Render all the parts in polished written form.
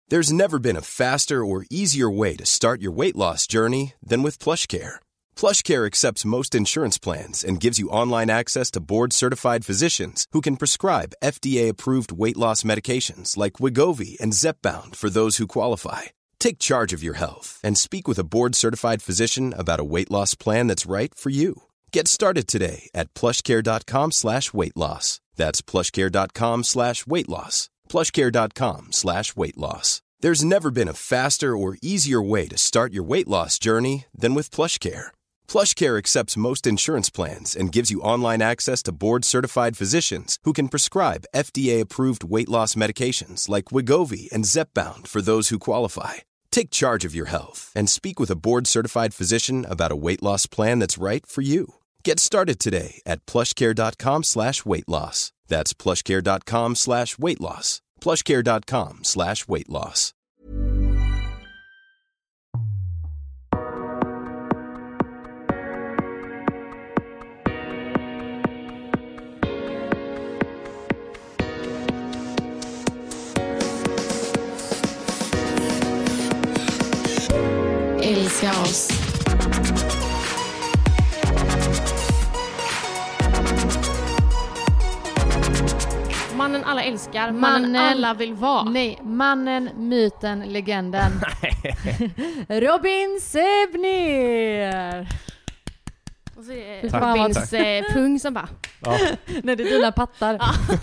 There's never been a faster or easier way to start your weight loss journey than with PlushCare. PlushCare accepts most insurance plans and gives you online access to board-certified physicians who can prescribe FDA-approved weight loss medications like Wegovy and Zepbound for those who qualify. Take charge of your health and speak with a board-certified physician about a weight loss plan that's right for you. Get started today at plushcare.com/weightloss. That's plushcare.com/weightloss. plushcare.com/weightloss. There's never been a faster or easier way to start your weight loss journey than with PlushCare. PlushCare accepts most insurance plans and gives you online access to board-certified physicians who can prescribe FDA-approved weight loss medications like Wegovy and Zepbound for those who qualify. Take charge of your health and speak with a board-certified physician about a weight loss plan that's right for you. Get started today at plushcare.com/weightloss. That's plushcare.com/weightloss. plushcare.com/weightloss. Älska oss. Mannen alla älskar, mannen alla vill vara. Nej, mannen, myten, legenden. Robin Sebner. Och så är Tack. Robins pung som bara... Ja. Nej, det är dina pattar.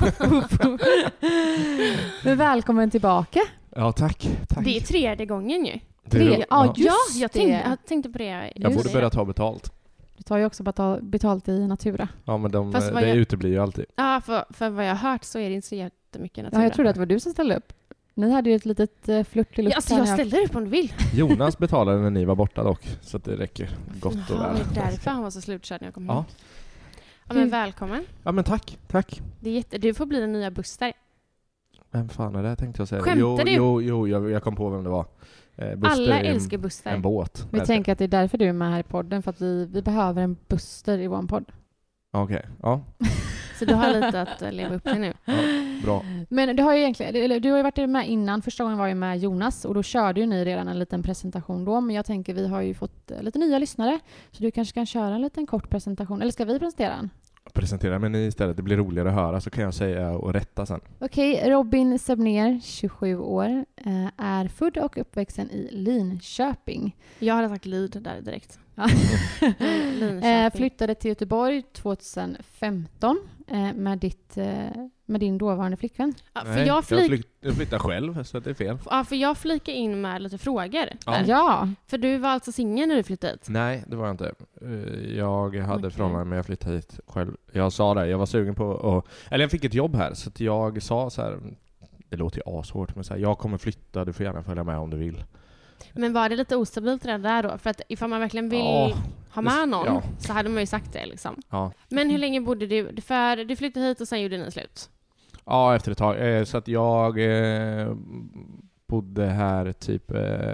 Men välkommen tillbaka. Ja, tack. Det är 3:e gången ju. Ja, Jag tänkte på det. Jag borde börja ta betalt. Du tar ju också betalt i Natura. Ja, men Fast det uteblir ju alltid. Ja, för vad jag har hört så är det inte så jättemycket Natura. Ja, jag trodde att det var du som ställde upp. Ni hade ju ett litet flört i luften. Ja, alltså jag ställer upp om du vill. Jonas betalade när ni var borta dock, så att det räcker gott och Ja, väl. det är därför han var så slutkörd när jag kom Ja. hem. Ja, men välkommen. Ja, men tack. Det är du får bli den nya Buster. Vem fan är det, tänkte jag säga. Skämtar du? Jo, jag kom på vem det var. Buster Alla är älskar Buster. en båt. Vi tänker att det är därför du är med här i podden. För att vi behöver en Buster i vår podd. Okej, ja. Så du har lite att leva upp till nu. Ja, bra. Men du har ju varit med innan. Första gången var ju med Jonas. Och då körde ju ni redan en liten presentation då. Men jag tänker vi har ju fått lite nya lyssnare. Så du kanske kan köra en liten kort presentation. Eller ska vi presentera den? Presentera mig istället. Det blir roligare att höra, så kan jag säga och rätta sen. Okej, Robin Sebner, 27 år, är född och uppväxten i Linköping. Jag hade sagt Lyd där direkt. Flyttade till Göteborg 2015 med din dåvarande flickvän. Ja, för Nej, jag flyttar själv, så det är fel. Ja, för jag flikar in med lite frågor. Ja. Ja. För du var alltså singel när du flyttade hit? Nej, det var jag inte. Jag hade Okej. förhållanden, men jag flyttade hit själv. Jag sa det, jag var sugen på eller jag fick ett jobb här, så att jag sa så här, det låter ju ashårt, men så här, jag kommer flytta, du får gärna följa med om du vill. Men var det lite ostabilt det där då? För att ifall man verkligen vill ha med någon så hade man ju sagt det liksom. Ja. Men hur länge bodde du? För du flyttade hit och sen gjorde ni slut? Ja, efter ett tag. Så att jag bodde här typ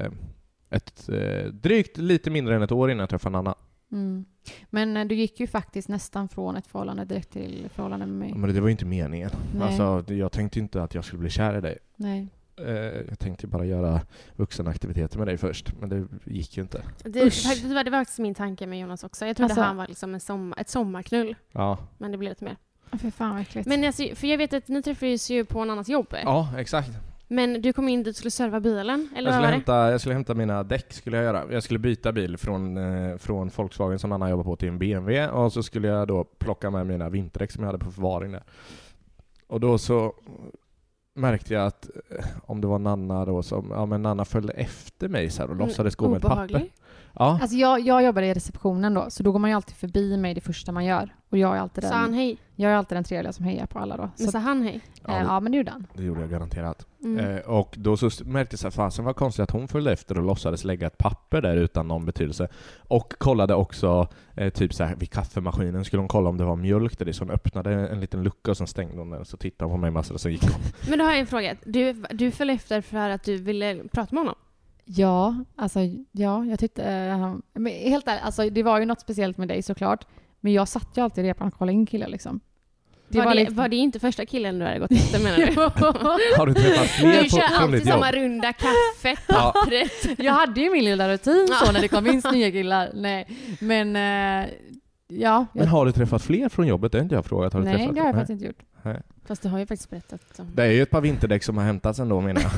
drygt lite mindre än ett år innan jag träffade Anna. Mm. Men du gick ju faktiskt nästan från ett förhållande direkt till förhållande med mig. Ja, men det var ju inte meningen. Nej. Alltså, jag tänkte inte att jag skulle bli kär i dig. Nej. Jag tänkte bara göra vuxenaktiviteter med dig först, men det gick ju inte. Det var faktiskt min tanke med Jonas också. Jag trodde Alltså, han var liksom ett sommarknull. Ja, Men det blev lite mer. För fan vad äckligt. Men alltså, för jag vet att ni träffades ju på en annans jobb. ja exakt. Men du kom in dit och skulle serva bilen? Eller vad var det? Jag skulle hämta mina däck, skulle jag göra. Jag skulle byta bil från Volkswagen som Anna jobbar på till en BMW. Och så skulle jag då plocka med mina vinterdäck som jag hade på förvaring där. Och då så märkte jag att om det var Nanna då men Nanna följde efter mig så här och låtsades gå med ett papper. Ja. Alltså jag jobbade i receptionen då, så då går man ju alltid förbi mig det första man gör. Och jag är alltid Sa han hej? Jag är alltid den trevliga som hejar på alla då. Men sa han hej? Ja, men det gjorde han. Det gjorde jag garanterat. Mm. Och då så märkte jag så här, fasen var konstigt att hon följde efter och låtsades lägga ett papper där utan någon betydelse. Och kollade också typ så här vid kaffemaskinen skulle hon kolla om det var mjölk där. Så hon öppnade en liten lucka och så stängde hon den och så tittade hon på mig massor och så gick hon. Men då har jag en fråga. Du följde efter för att du ville prata med honom? Ja, jag tyckte men helt ärligt, alltså det var ju något speciellt med dig såklart. Men jag satt ju alltid i repan och kollade in killar liksom. Var det inte första killen du hade gått efter, menar du? Har du träffat fler Du kör från alltid ditt jobb? samma runda kaffet, pappret. Jag hade ju min lilla rutin så när det kom in nya killar. Nej, men ja. Men har du träffat fler från jobbet? Det har inte jag frågat. Har du Nej, träffat? det har jag faktiskt inte gjort. Nej. Fast du har ju faktiskt berättat. Så. Det är ju ett par vinterdäck som har hämtats ändå, menar jag.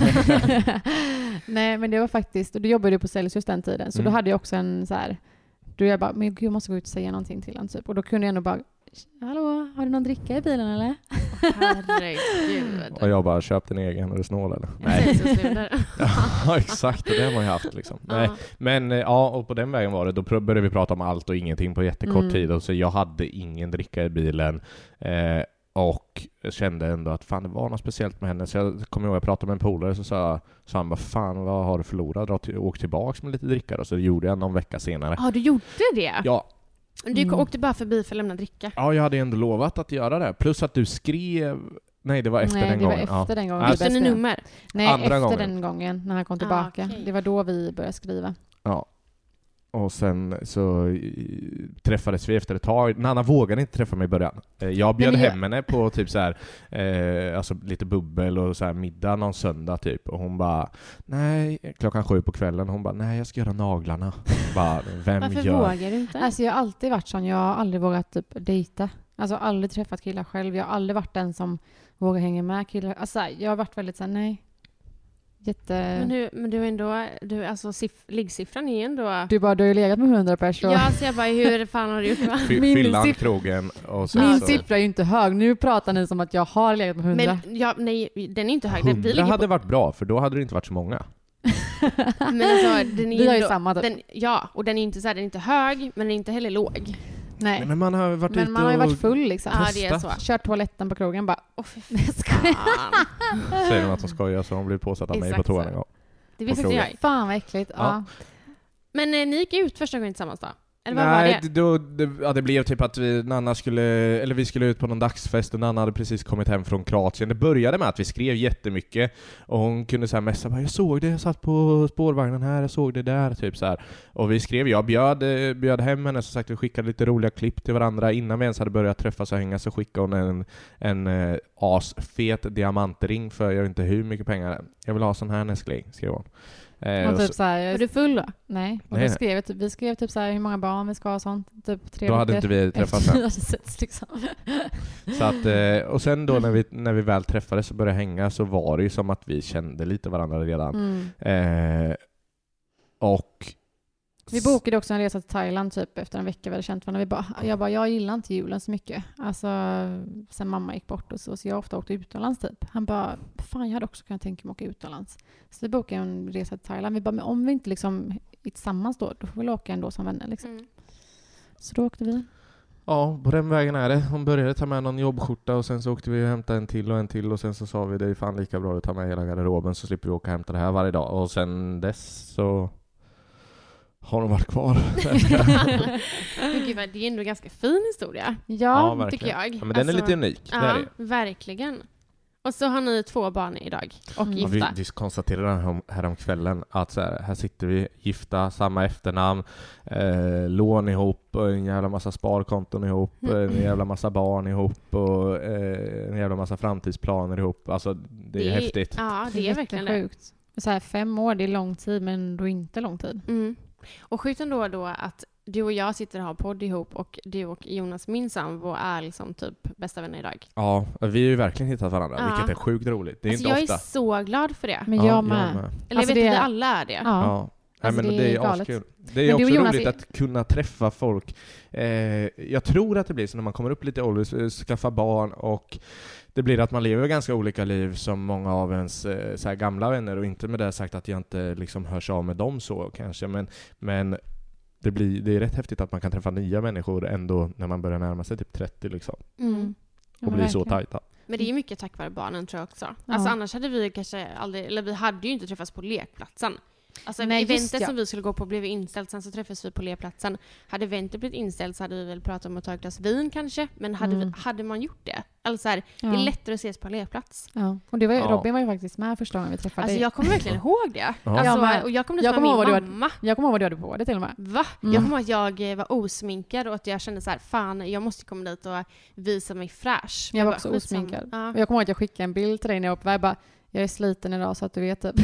Nej, men det var faktiskt, och du jobbade ju på Celsius den tiden, så då hade jag också en så här, då jag bara, men gud, jag måste gå ut och säga någonting till honom typ. Och då kunde jag ändå bara, hallå, har du någon dricka i bilen eller? Herregud. Och jag bara, köpt en egen, är du snål eller? Nej. Ja, exakt, och det har man ju haft liksom. Nej. Men ja, och på den vägen var det, då började vi prata om allt och ingenting på jättekort tid, och så jag hade ingen dricka i bilen. Och jag kände ändå att fan, det var något speciellt med henne. Så jag kommer ihåg, jag pratade med en polare, så sa han bara, fan, vad har du förlorat? Åk tillbaks med lite dricka. Och så det gjorde jag någon vecka senare. Ja, du gjorde det? Ja. Du åkte bara förbi för att lämna dricka? Ja, jag hade ändå lovat att göra det. Plus att du skrev... Nej, det var efter den gången. Nej, det var efter den gången. Bytte ni nummer? Nej, Andra efter gången. den gången när han kom tillbaka. Okay. Det var då vi började skriva. Ja. Och sen så träffades vi efter ett tag. Nanna vågade inte träffa mig i början. Jag bjöd hem henne på typ så här, alltså lite bubbel och så här middag någon söndag typ. Och hon bara, nej, 7:00 på kvällen. Hon bara, nej, jag ska göra naglarna. Bara, Varför vågar du inte? Alltså jag har alltid varit sån. Jag har aldrig vågat typ dejta. Alltså aldrig träffat killar själv. Jag har aldrig varit den som vågar hänga med killar. Alltså jag har varit väldigt såhär, nej. Men du är ändå, alltså liggsiffran är ändå... Du har ju legat med 100 personer. Ja, så jag bara, hur fan har du gjort det? Fyllan, krogen och sen min så... siffra är ju inte hög. Nu pratar ni som att jag har legat med 100. Men nej, den är inte hög. 100 hade varit bra, för då hade det inte varit så många. Men alltså, den är vi har ju ändå, samma typ. Ja, och den är inte så här, den är inte hög, men den är inte heller låg. Nej. Men man har varit men man har ju varit full liksom. Ja, det är så. Kört toaletten på krogen bara, säger de att de skojar, så de blir påsatt av mig på toan en gång. Det visste inte jag. Fan vad äckligt. Ja. Men ni gick ut första gången tillsammans då? Eller vad var det? Det blev typ att vi skulle ut på någon dagsfest, och Nanna hade precis kommit hem från Kroatien. Det började med att vi skrev jättemycket, och hon kunde så här messa, jag såg det, jag satt på spårvagnen här, jag såg det där, typ så här. Och vi skrev, jag bjöd hem henne, så sagt, vi skickade lite roliga klipp till varandra innan vi ens hade börjat träffas och hänga, så skickade hon en asfet diamantring för jag vet inte hur mycket pengar. Jag vill ha sån här näskling, skrev hon. Och typ så här, var du full då? Nej, och vi skrev typ så här hur många barn vi ska ha och sånt. Typ 3 då hade inte vi träffats än. Liksom. Så att, och sen då när vi väl träffades och började hänga, så var det ju som att vi kände lite varandra redan. Och vi bokade också en resa till Thailand typ efter en vecka vi hade känt varandra. Jag gillar inte julen så mycket. Alltså, sen mamma gick bort och så jag ofta åkte utomlands typ. Han bara, fan jag hade också kunnat tänka mig att åka utomlands. Så vi bokade en resa till Thailand. Vi bara, men om vi inte liksom är tillsammans då får vi åka ändå som vänner liksom. Så då åkte vi. Ja, på den vägen är det. Hon började ta med någon jobbskjorta, och sen så åkte vi och hämtade en till, och sen så sa vi, det är fan lika bra att ta med hela garderoben, så slipper vi åka och hämta det här varje dag. Och sen dess så har de varit kvar. Men gud, det är ändå en ganska fin historia. Ja, tycker jag. Ja, men den är lite unik. Ja, det är det. Verkligen. Och så har ni 2 barn idag. Och gifta. Vi konstaterade här om kvällen att så här sitter vi gifta, samma efternamn, lån ihop, och en jävla massa sparkonton ihop, en jävla massa barn ihop, och en jävla massa framtidsplaner ihop. Alltså det är häftigt. Ja, det är verkligen sjukt. Så här 5 år, det är lång tid, men då inte lång tid. Och sjukt ändå då att du och jag sitter och har podd ihop, och du och Jonas, min sambo, är liksom typ bästa vänner idag. Ja, vi har ju verkligen hittat varandra, vilket är sjukt roligt. Det är alltså inte jag ofta. är så glad för det. Men jag med. Eller alltså jag vet att vi alla är det. Ja. Nej, men det är askul. Det är också roligt att kunna träffa folk. Jag tror att det blir så när man kommer upp lite ålder, skaffa barn, och det blir att man lever ganska olika liv som många av ens så här gamla vänner, och inte med det sagt att jag inte liksom hörs av med dem så kanske, men det är rätt häftigt att man kan träffa nya människor ändå när man börjar närma sig typ 30 liksom. Och bli så tajta. Men det är mycket tack vare barnen, tror jag också. Alltså annars hade vi kanske aldrig, eller vi hade ju inte träffats på lekplatsen. Alltså Nej, just eventet ja. som vi skulle gå på blev inställt, sen så träffades vi på lerplatsen. Hade eventet blivit inställt så hade vi väl pratat om att ta ett glas vin kanske, men hade man gjort det? Alltså så här, det är lättare att ses på lerplats. Ja. Och det var Robin var ju faktiskt med första gången vi träffade Alltså dig. jag kommer verkligen ihåg det. Ja. Alltså, och jag kommer dit med min mamma. Jag kommer ihåg vad du hade på det till och med. Va? Jag kommer ihåg att jag var osminkad och att jag kände så här, fan, jag måste komma dit och visa mig fräsch. Jag var bara, också skitsamma. osminkad. Ja. Och jag kommer ihåg att jag skickade en bild till dig när jag var på väg. Bara, jag är sliten idag så att du vet typ.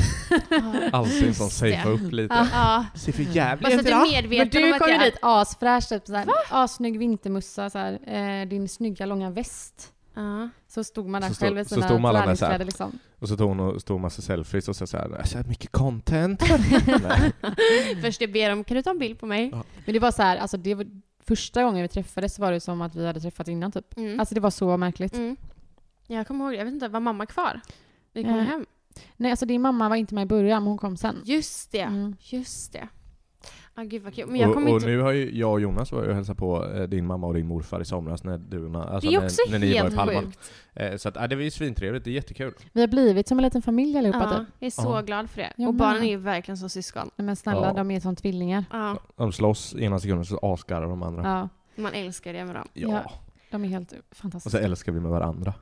Alltid en sån Just safea det. upp lite. Ja. Ser för jävligt Bara så ut att du idag. är Men medveten du om att kom ju jag... dit asfräsch, typ såhär, assnygg vintermussa, såhär, din snygga långa väst. Ja. Så stod man där Så själv i så sina stod man alla med så träningskläder här. liksom. Och så tog en massa selfies och så här, jag ser mycket content. Nej. Först jag ber om, kan du ta en bild på mig? Ja. Men det var så här, alltså det var första gången vi träffades var det som att vi hade träffats innan typ. Mm. Alltså det var så märkligt. Mm. Jag kommer ihåg, jag vet inte, var mamma kvar? Vi kom hem. Nej, alltså din mamma var inte med i början, men hon kom sen. Just det, Mm. just det. Ah, gud vad kul. Men jag kommer Och inte... nu har ju jag och Jonas var ju och hälsade på din mamma och din morfar i somras när du alltså Det är också när ni var i helt Palma. sjukt. Så att, det var ju svintrevligt, det är jättekul. Vi har blivit som en liten familj allihopa Ja, typ. jag är så Ja. glad för det. Jag Och med. barnen är ju verkligen så syskon. Nej, men snälla, Ja. de är som tvillingar. Ja, De slåss ena sekunden så asgarrar de andra. Ja, man älskar det med dem. Ja. de är helt Och så fantastiska. älskar vi med varandra.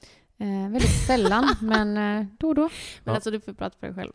Väldigt sällan, men då och då. Men Ja. alltså du får prata för dig själv.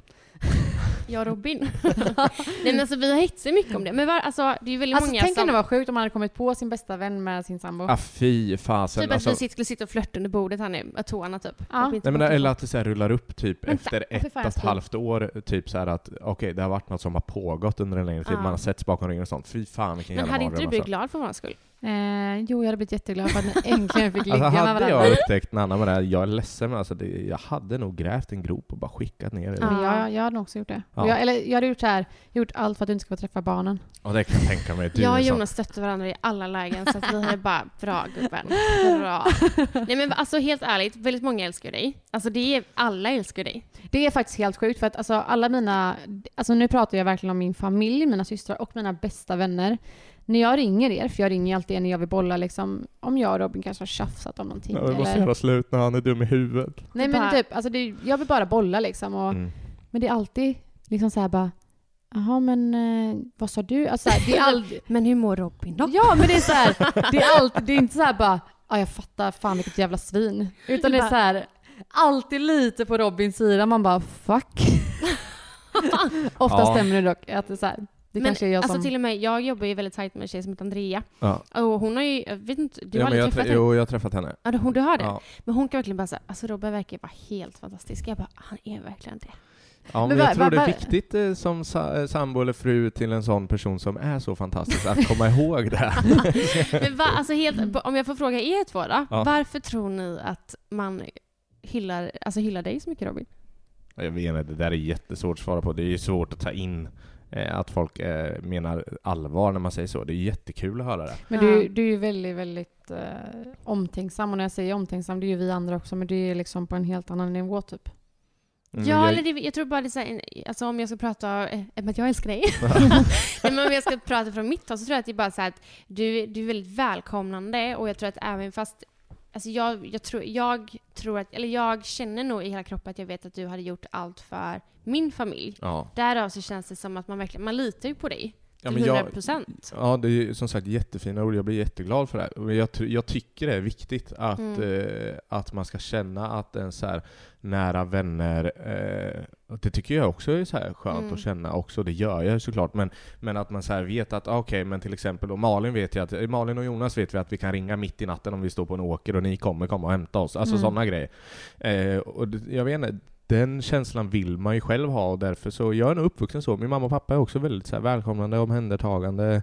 Jag och Robin. Nej men alltså vi har hetsat mycket om det. Men alltså det är ju väldigt Alltså många tänk som... om det var sjukt om man hade kommit på sin bästa vän med sin sambo. Ah, fy fasen. Typ att Alltså, vi skulle sitta och flörta under bordet här nu. Med tårna typ. Ja. Och inte nej, men, prata eller så. att det så här rullar upp typ Vänta, efter fy fan, jag 1,5 år. Typ så här att okej, det har varit något som har pågått under en längre tid. Ja. Man har setts bakom ryggen och sånt. Fy fan vilken Men jävla hade inte du mardröm, blivit alltså. glad för vår skull? Jo, jag hade blivit jätteglad för att ni äntligen fick ligga Alltså med hade varandra. jag upptäckt Nanna med det här, jag är ledsen men alltså jag hade nog grävt en grop och bara skickat ner det. Ja, Ja. men jag hade nog också gjort det. Ja. Och jag hade gjort så här, gjort allt för att du inte ska få träffa barnen. Och det kan jag tänka mig. Du Jag och är en sån- Jonas stötte varandra i alla lägen så att vi hade bara, bra gubben, bra. Nej men alltså helt ärligt, väldigt många älskar dig. Alltså alla älskar dig. Det är faktiskt helt sjukt för att alltså, alla mina, alltså nu pratar jag verkligen om min familj, mina systrar och mina bästa vänner. När jag ringer er, för jag ringer alltid när jag vill bolla liksom, om jag och Robin kanske har tjafsat om någonting. Ja, vi måste eller... göra slut när han är dum i huvudet. Nej men typ, alltså jag vill bara bolla liksom. Och, Men det är alltid liksom så här bara, jaha men vad sa du? Alltså, så här, det är alltid... Men hur mår Robin då? Ja men det är så här, det är inte så här bara, ja jag fattar fan vilket jävla svin. Utan det är så här, alltid lite på Robins sida, man bara fuck. Ofta Ja. stämmer det dock att det är så här, det Men kanske är jag alltså som... till och med, jag jobbar ju väldigt tajt med en tjej som heter Andrea. Ja. Och hon har ju, jag vet inte, du Ja, har men aldrig träffat henne? jag har träffat henne. Ja, du har det? Ja. Men hon kan verkligen bara säga, alltså Robin verkar vara helt fantastisk. Jag bara, han är verkligen det. Ja, men jag tror det är viktigt som sambo eller fru till en sån person som är så fantastisk att komma ihåg det. Men alltså helt, om jag får fråga er två då. Ja. Varför tror ni att man hyllar dig så mycket Robin? Jag vet inte, det där är jättesvårt att svara på. Det är ju svårt att ta in att folk menar allvar när man säger så. Det är jättekul att höra det. Men du är ju väldigt, väldigt omtänksam. Och när jag säger omtänksam, det är ju vi andra också. Men det är liksom på en helt annan nivå typ. Ja, eller jag tror bara det är så här, alltså om jag ska prata om att jag älskar dig. Nej, men om jag ska prata från mitt håll så tror jag att det är bara så här att du är väldigt välkomnande, och jag tror att även fast alltså jag tror att, eller jag känner nog i hela kroppen att jag vet att du hade gjort allt för min familj. Ja. Därav så känns det som att man litar ju på dig. Ja, Till men 100%. Ja, det är ju som sagt jättefina ord. Jag blir jätteglad för det här. Men jag tycker det är viktigt att man ska känna att en så här nära vänner, det tycker jag också är så här skönt att känna också. Det gör jag såklart. Men att man så här vet att okej, men till exempel och Malin och Jonas vet vi att vi kan ringa mitt i natten om vi står på en åker och ni kommer komma och hämta oss. Alltså sådana grejer. Och jag vet inte, den känslan vill man ju själv ha, och därför så jag är nog uppvuxen så. Min mamma och pappa är också väldigt så här välkomnande, omhändertagande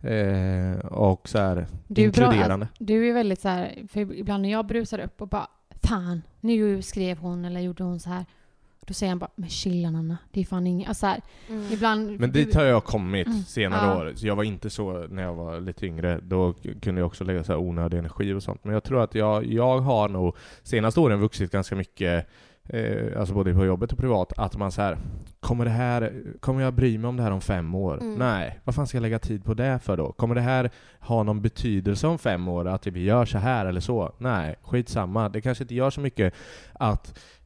och så här inkluderande. Du är väldigt så här, för ibland när jag brusar upp och bara fan, nu skrev hon eller gjorde hon så här. Då säger han bara, men chilla Nanna, det är fan inget. Alltså här, ibland... Men dit har jag kommit senare år. Så jag var inte så när jag var lite yngre. Då kunde jag också lägga så här onödig energi och sånt. Men jag tror att jag har nog senaste åren vuxit ganska mycket, alltså både på jobbet och privat, att man så här, kommer jag bry mig om det här om 5 år? Nej, vad fan ska jag lägga tid på det för då? Kommer det här ha någon betydelse om 5 år, att vi gör så här eller så? Nej, skitsamma. Det kanske inte gör så mycket att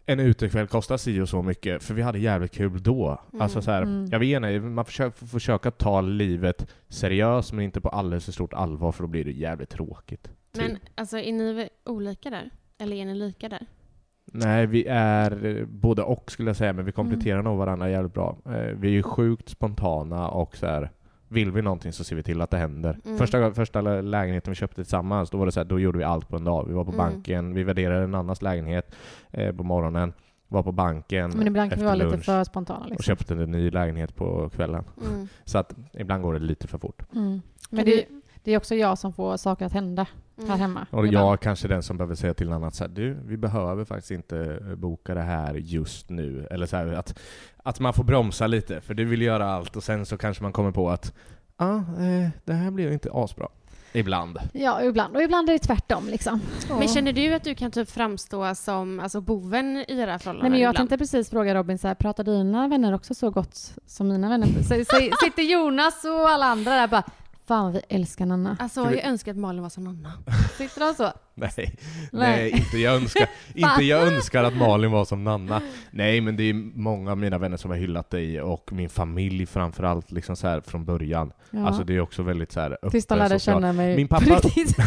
en utekväll kostar si och så mycket, för vi hade jävligt kul då. Alltså så här, jag vet inte, man försöker ta livet seriöst men inte på alldeles för stort allvar, för då blir det jävligt tråkigt. Men alltså, är ni olika där? Eller är ni lika där? Nej, vi är både och skulle jag säga, men vi kompletterar nog varandra jävligt bra. Vi är ju sjukt spontana och så här, vill vi någonting så ser vi till att det händer. Första lägenheten vi köpte tillsammans, då var det så här, då gjorde vi allt på en dag. Vi var på banken, vi värderade en annans lägenhet på morgonen, var på banken. Men ibland kan vi vara lite för spontana liksom. Och köpte en ny lägenhet på kvällen. Så att ibland går det lite för fort. Men det är också jag som får saker att hända här hemma. Och jag kanske den som behöver säga till någon annat så här, du, vi behöver faktiskt inte boka det här just nu. Eller så här, att man får bromsa lite, för du vill göra allt och sen så kanske man kommer på att det här blir inte asbra. Ibland. Ja, ibland. Och ibland är det tvärtom liksom. Men känner du att du kan typ framstå som alltså, boven i era förhållanden? Nej, men jag ibland? tänkte precis fråga Robin, så här, pratar dina vänner också så gott som mina vänner? Sitter Jonas och alla andra där bara, fan vi älskar Nanna. Alltså jag önskar att Malin var som Nanna. Sitter de så? Nej, inte jag önskar att Malin var som Nanna. Nej, men det är många av mina vänner som har hyllat dig och min familj framförallt liksom så här från början. Ja. Alltså det är också väldigt så här öppen. Tills de lärde känna mig min pappa.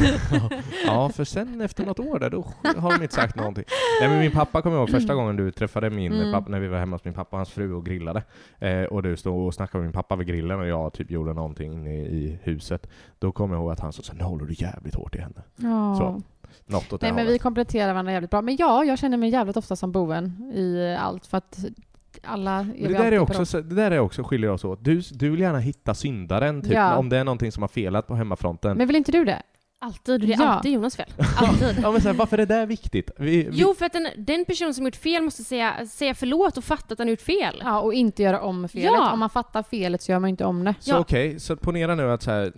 Ja, för sen efter något år där då har de inte sagt någonting. Nej, men min pappa kommer ihåg första gången du träffade min pappa när vi var hemma hos min pappa och hans fru och grillade. Och du stod och snackade med min pappa vid grillen och jag typ gjorde någonting inne i huset. Då kommer jag ihåg att han sa så, nu håller du jävligt hårt i henne. Ja. Så. Nej, men vi kompletterar varandra jävligt bra. Men ja, jag känner mig jävligt ofta som boven i allt, för att alla är det där är också skiljer oss åt. Du vill gärna hitta syndaren typ, om det är någonting som har felat på hemmafronten. Men vill inte du det? Alltid, det är alltid Jonas fel. Alltid. Ja, men så här, varför är det där viktigt? Jo, för att den person som gjort fel måste säga förlåt och fatta att han gjort fel. Ja, och inte göra om felet. Ja. Om man fattar felet så gör man inte om det. Så okej, så ponera nu att så här,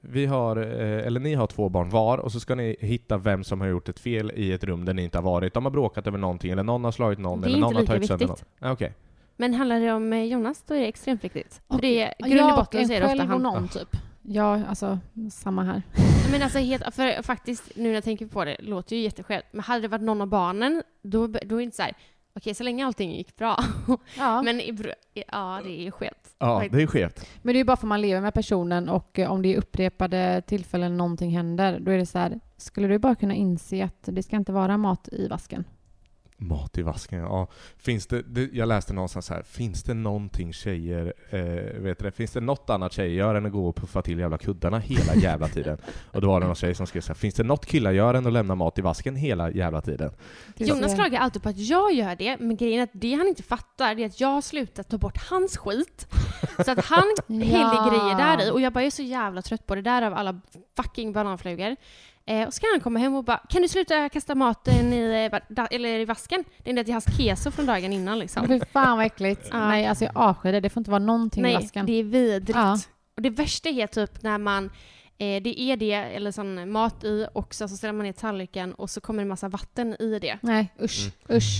ni har 2 barn var och så ska ni hitta vem som har gjort ett fel i ett rum där ni inte har varit. De har bråkat över någonting eller någon har slagit någon eller någon har tagit sönder någon. Okay. Men handlar det om Jonas, då är det extremt viktigt. För det är grund i botten så är det ofta han. Någon typ. Ja, alltså samma här. Men alltså för faktiskt, nu när jag tänker på det, låter ju jätteskönt. Men hade det varit någon av barnen, då är det inte så här, okej, så länge allting gick bra. Ja. Men ja, det är ju skevt. Ja, det är skevt. Men det är ju bara för man lever med personen och om det är upprepade tillfällen någonting händer, då är det så här, skulle du bara kunna inse att det ska inte vara mat i vasken? Mat i vasken, ja. Finns det, jag läste någonstans här, finns det någonting tjejer, finns det något annat tjejer gör än att gå och puffa till jävla kuddarna hela jävla tiden? Och då var det någon tjej som skrev så här, finns det något killar gör än att lämna mat i vasken hela jävla tiden? Jonas klagar alltid på att jag gör det, men grejen är att det han inte fattar är att jag har slutat ta bort hans skit. Så att han häller grejer där i, och jag bara är så jävla trött på det där av alla fucking bananflugor. Och så kan han komma hem och bara, kan du sluta kasta maten i vasken? Det är till hans keso från dagen innan liksom. Fy fan vad äckligt. Nej, alltså jag avskyr det. Det får inte vara någonting i vasken. Nej, det är vidrigt. Ja. Och det värsta är typ när man det är det, eller sån mat i och så ställer man ner tallriken och så kommer det en massa vatten i det. Nej, usch.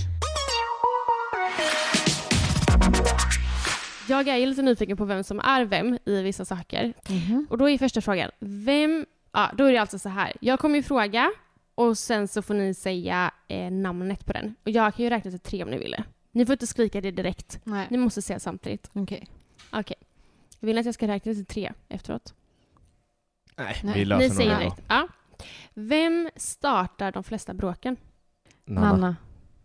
Jag är ju lite nyfiken på vem som är vem i vissa saker. Och då är första frågan, då är det alltså så här. Jag kommer ju fråga och sen så får ni säga namnet på den. Och jag kan ju räkna till 3 om ni vill. Ni får inte skrika det direkt. Nej. Ni måste säga samtidigt. Okej. Jag vill att jag ska räkna till 3 efteråt. Nej. Vi löser ni säger direkt. Ja. Vem startar de flesta bråken? Nanna.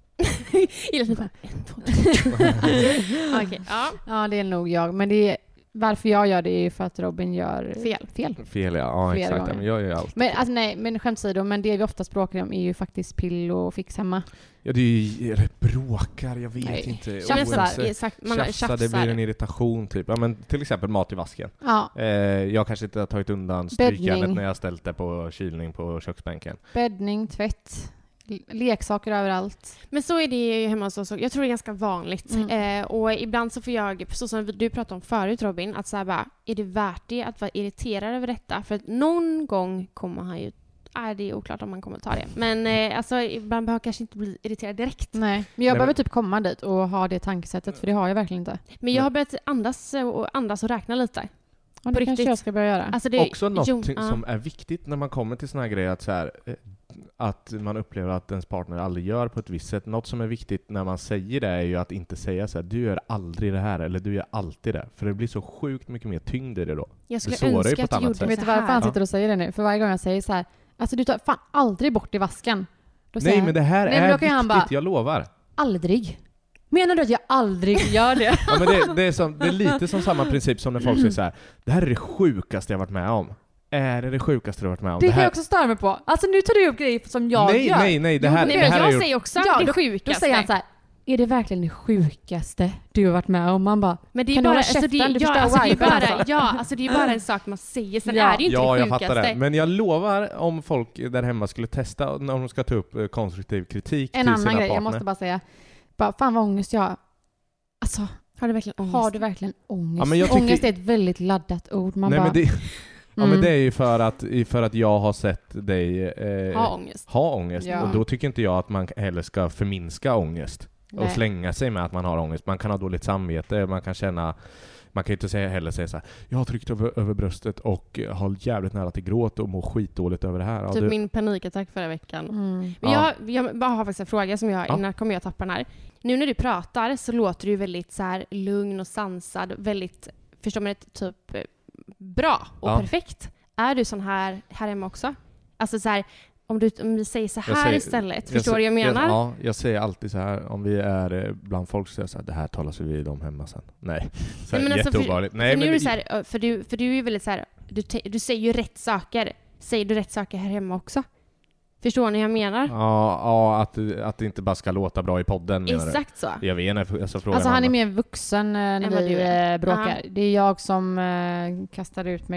Okej, ja. Ja, det är nog jag. Men det är, varför jag gör det är ju för att Robin gör fel, ja exakt. Men jag gör allt. Men alltså, nej, men skämtsidor, men det vi oftast bråkar om är ju faktiskt pill och fix hemma. Ja, det är ju bråkar, jag vet inte. Tjafsar, det blir en irritation typ. Ja, men till exempel mat i vasken. Ja. Jag kanske inte har tagit undan strykjärnet när jag ställt det på kylning på köksbänken. Bäddning, tvätt, leksaker överallt. Men så är det ju hemma hos oss. Jag tror det är ganska vanligt. Och ibland så får jag, så som du pratade om förut Robin, att så här bara, är det värt det att vara irriterad över detta? För att någon gång kommer han ju, det är oklart om man kommer att ta det. Men alltså, ibland behöver jag kanske inte bli irriterad direkt. Nej, men jag behöver typ komma dit och ha det tankesättet, för det har jag verkligen inte. Men jag har börjat andas och räkna lite. Ja, det kanske jag ska börja göra. Alltså också något som är viktigt när man kommer till såna här grejer, att så här, att man upplever att ens partner aldrig gör på ett visst sätt. Något som är viktigt när man säger det är ju att inte säga så här: du gör aldrig det här, eller du gör alltid det. För det blir så sjukt mycket mer tyngd i det då. Jag skulle önska att du gjorde så här. Vet du varför han sitter och säger det nu? För varje gång jag säger så här, alltså du tar fan aldrig bort i vasken. Då Nej, men det här är viktigt, bara, jag lovar. Aldrig. Menar du att jag aldrig gör det? Ja, men det är lite som samma princip som när folk säger så här: det här är det sjukaste jag varit med om. Är det sjukaste du varit med om? Det kan jag också störa mig på. Alltså nu tar du upp grejer som jag gör. Nej, det här, men det här jag är säger också det sjukaste. Då säger han så här: är det verkligen det sjukaste du har varit med om? Man bara, men det är kan bara, du hålla alltså, käften? det, Du ja, förstår alltså, det är viben, bara, alltså. ja, alltså det är bara en sak man säger. Sen Ja. är det ju inte det jag sjukaste. fattar det. Men jag lovar, om folk där hemma skulle testa när de ska ta upp konstruktiv kritik en till annan sina grej, partner. jag måste bara säga. Bara, fan vad ångest jag har. Alltså, har du verkligen ångest? Har du verkligen ångest? Ja, men jag tycker... Ångest är ett väldigt laddat ord. Man Nej, bara... men det... Ja, men det är ju för att jag har sett dig ha ångest. Ja. Och då tycker inte jag att man heller ska förminska ångest. Nej. Och slänga sig med att man har ångest. Man kan ha dåligt samvete, man kan ju inte heller säga så här: jag har tryckt över bröstet och har jävligt nära till gråt och mår skitdåligt över det här. Ja, typ min panikattack förra veckan. Mm. Men jag bara har faktiskt en fråga som innan kommer jag tappa den här. Nu när du pratar så låter du väldigt så här lugn och sansad, väldigt, förstår man det, typ bra och perfekt. Är du sån här hemma också? Alltså så här, om du säger så här istället, förstår du vad jag menar? Jag säger alltid så här, om vi är bland folk så säger jag så här: det här talas vi vid om hemma sen. Nej, så här, jätteobehagligt. Nej, men nu så här, för du är ju väldigt så här, du säger ju rätt saker. Säger du rätt saker här hemma också? Förstår ni vad jag menar? Ja, att det inte bara ska låta bra i podden. Exakt så. Jag vet inte, alltså han är mer vuxen när vi bråkar. Det är jag som kastar ut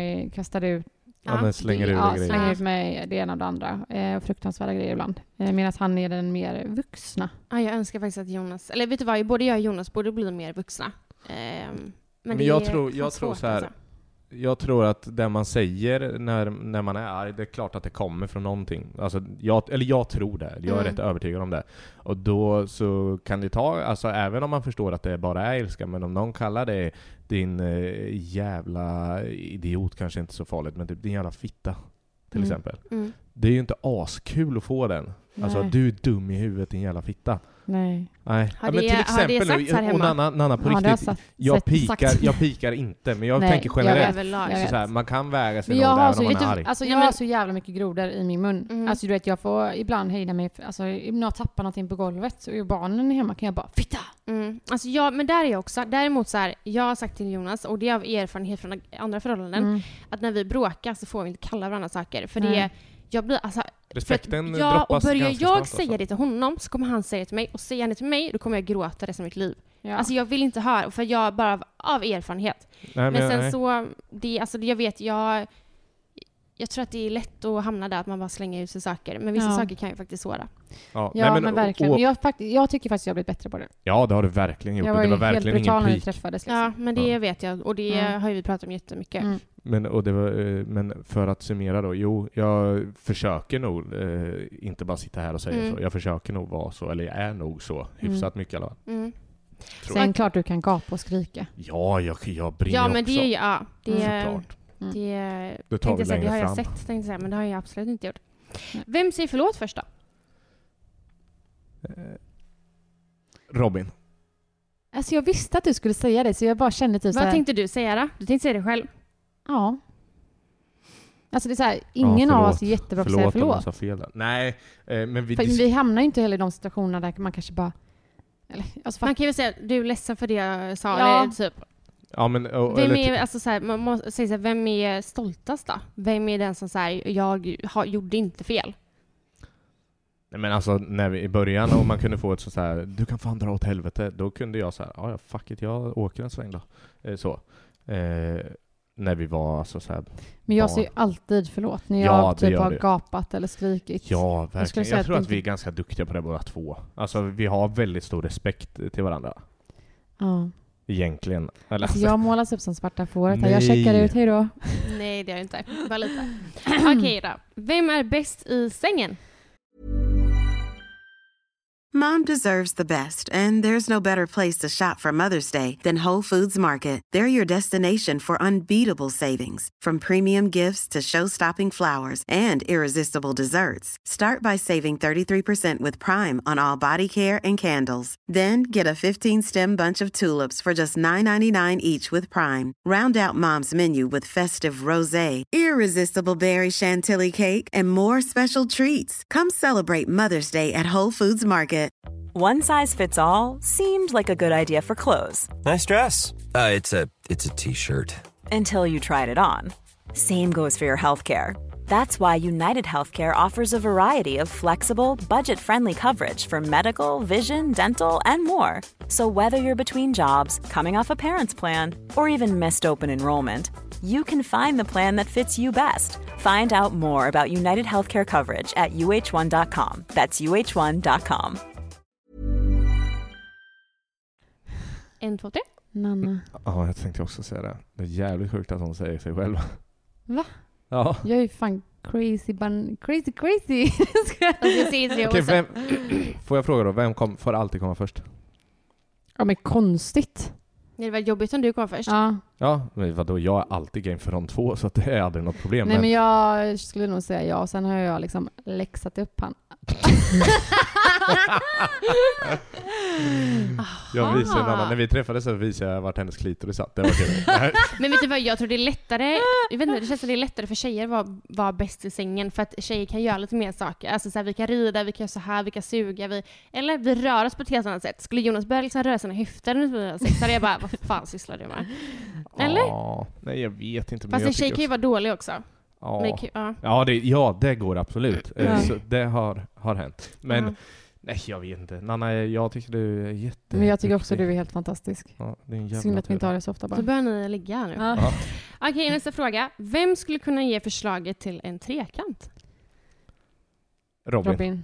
men slänger ut mig det ena och det andra. Fruktansvärda grejer ibland. Medan han är den mer vuxna. Ja, jag önskar faktiskt att Jonas, eller vet du vad, både jag och Jonas borde bli mer vuxna. Men jag tror så här. Alltså. Jag tror att det man säger när man är arg, det är klart att det kommer från någonting. Alltså, jag tror det. Jag är rätt övertygad om det. Och då så kan det ta, alltså även om man förstår att det bara är ilska, men om någon kallar det din jävla idiot, kanske inte så farligt, men typ din jävla fitta till exempel. Mm. Det är ju inte askul att få den. Nej. Alltså, du är dum i huvudet, din jävla fitta. Nej. Men till exempel Nanna på riktigt. Jag pikar inte, men jag tänker generellt så här, man kan väga sig något även om man är arg. Alltså jag har så jävla mycket grodor i min mun. Mm. Alltså du vet, jag får ibland hejda mig, alltså när jag tappar någonting på golvet och barnen hemma kan jag bara fitta. Mm. Alltså men där är jag också. Däremot så här, jag har sagt till Jonas, och det är av erfarenhet från andra förhållanden, att när vi bråkar så får vi inte kalla varandra saker, för det är jag blir alltså respekten droppas. Börjar jag säga det till honom så kommer han säga det till mig, och säger han det till mig då kommer jag gråta resten av mitt liv. Ja. Alltså jag vill inte höra, för jag bara av erfarenhet. Men sen så jag vet jag tror att det är lätt att hamna där att man bara slänger ut sig saker, men vissa saker kan ju faktiskt såra. Men verkligen. Jag tycker faktiskt jag har blivit bättre på det. Ja, det har du verkligen gjort. Jag var det var helt verkligen brutal ingen när vi träffades. Liksom. Ja, men det vet jag, och det har ju vi pratat om jättemycket. Men för att summera då, jag försöker nog inte bara sitta här och säga så. Jag försöker nog vara så, eller jag är nog så hyfsat mycket i alla fall. Sen klart du kan gapa och skrika. Ja, jag brinner också. Men det är såklart. Det tar vi längre fram. Det har jag sett, men det har jag absolut inte gjort. Vem säger förlåt först då? Robin. Alltså jag visste att du skulle säga det, så jag bara kände typ Vad tänkte du säga då? Du tänkte säga det själv? Ja. Alltså det är så här, ingen av oss är jättebra på att säga förlåt. Sa fel där. Nej, men vi hamnar ju inte heller i de situationerna där man kanske bara... man kan ju säga, du är ledsen för det jag sa, eller typ... Ja, men, vem är, alltså, så här, man måste säga så här, vem är stoltast då? Vem är den som säger jag gjorde inte fel? Nej, men alltså när vi i början och man kunde få ett så här, du kan fan dra åt helvete, då kunde jag så här, ja fuck it, jag åker en sväng då. När vi var alltså så här. Men jag säger alltid förlåt när jag typ har gapat eller skrikit. Ja, verkligen. Jag tror att vi är ganska duktiga på det båda två. Alltså vi har väldigt stor respekt till varandra. Ja. Egentligen. Alltså jag målas upp som svarta fåret. Jag checkar ut, hej då. Nej, det är jag inte. Bara lite. Okej då. Vem är bäst i sängen? Mom deserves the best, and there's no better place to shop for Mother's Day than Whole Foods Market. They're your destination for unbeatable savings, from premium gifts to show-stopping flowers and irresistible desserts. Start by saving 33% with Prime on all body care and candles. Then get a 15-stem bunch of tulips for just $9.99 each with Prime. Round out Mom's menu with festive rosé, irresistible berry chantilly cake, and more special treats. Come celebrate Mother's Day at Whole Foods Market. One size fits all seemed like a good idea for clothes. Nice dress. It's a t-shirt. Until you tried it on. Same goes for your healthcare. That's why United Healthcare offers a variety of flexible, budget-friendly coverage for medical, vision, dental, and more. So whether you're between jobs, coming off a parent's plan, or even missed open enrollment, you can find the plan that fits you best. Find out more about United Healthcare coverage at uh1.com. That's uh1.com. 1, 2, 3. Nanna. Ja, jag tänkte också säga det. Det är jävligt sjukt att hon säger sig själv. Va? Ja. Jag är ju fan crazy. Alltså, jag säger det Okej, också. får jag fråga då, vem får alltid komma först? Ja, men konstigt. Det var jobbigt om du kom först. Ja, men vadå, jag är alltid game för de två, så att det är aldrig något problem. nej men jag skulle nog säga ja. Sen har jag liksom läxat upp han. Jag visar en annan. När vi träffades så visade jag vart hennes klitoris satt. Det var kul. Men vet du vad, jag tror det är lättare. Jag vet inte, det känns som det är lättare för tjejer att vara bäst i sängen. För att tjejer kan göra lite mer saker. Alltså så här, vi kan rida, vi kan göra så här, vi kan suga. Eller vi rör oss på ett helt annat sätt. Skulle Jonas börja liksom röra sina höfter så hade jag bara, vad fan sysslar du med? Eller? Ja, nej jag vet inte. Fast en tjej kan ju vara dålig också. Ja. Det går absolut. Så det har hänt. Men nej, jag vet inte. Nanna, jag tycker du är jätte... Men jag tycker också du är helt fantastisk. Ja, det är en jävla synd att vi inte har det så ofta bara. Så börjar ni ligga nu. Ja. Okej, nästa fråga. Vem skulle kunna ge förslaget till en trekant? Robin.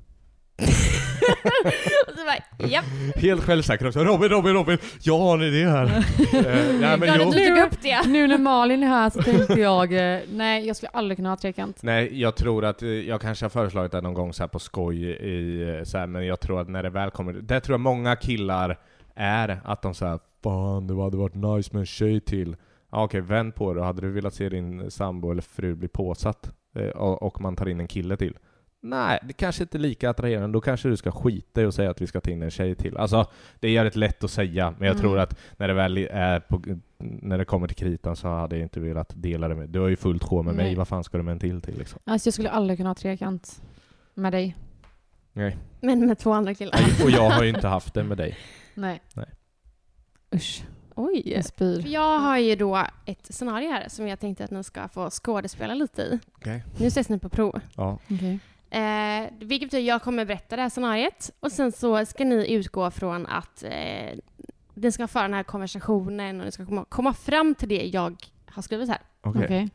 Och så bara, japp. Helt självsäker också. Robin, jag har en idé här. Nej, men du tog upp det. Nu när Malin är här så tänkte jag, nej, jag skulle aldrig kunna ha trekant. Nej, jag tror att jag kanske har föreslagit det någon gång så här på skoj så här, men jag tror att när det väl kommer, det tror jag många killar är att de säger, fan, det hade varit nice med en tjej till. Ja, okej, vänd på det. Hade du velat se din sambo eller fru bli påsatt och man tar in en kille till? Nej, det kanske inte är lika attraherande. Då kanske du ska skita i och säga att vi ska ta in en tjej till. Alltså, det är rätt lätt att säga. Men jag tror att när det väl är när det kommer till kritan så hade jag inte velat dela det med. Du har ju fullt sjå med mig. Vad fan ska du med en till liksom? Alltså, jag skulle aldrig kunna ha trekant med dig. Nej. Men med 2 andra killar. Och jag har ju inte haft det med dig. Nej. Usch. Oj. Jag spyr. Jag har ju då ett scenario här som jag tänkte att ni ska få skådespela lite i. Okay. Nu ses ni på prov. Ja. Okay. Vilket betyder jag kommer berätta det här scenariet och sen så ska ni utgå från att ni ska föra den här konversationen och ni ska komma fram till det jag har skrivit här. Okay.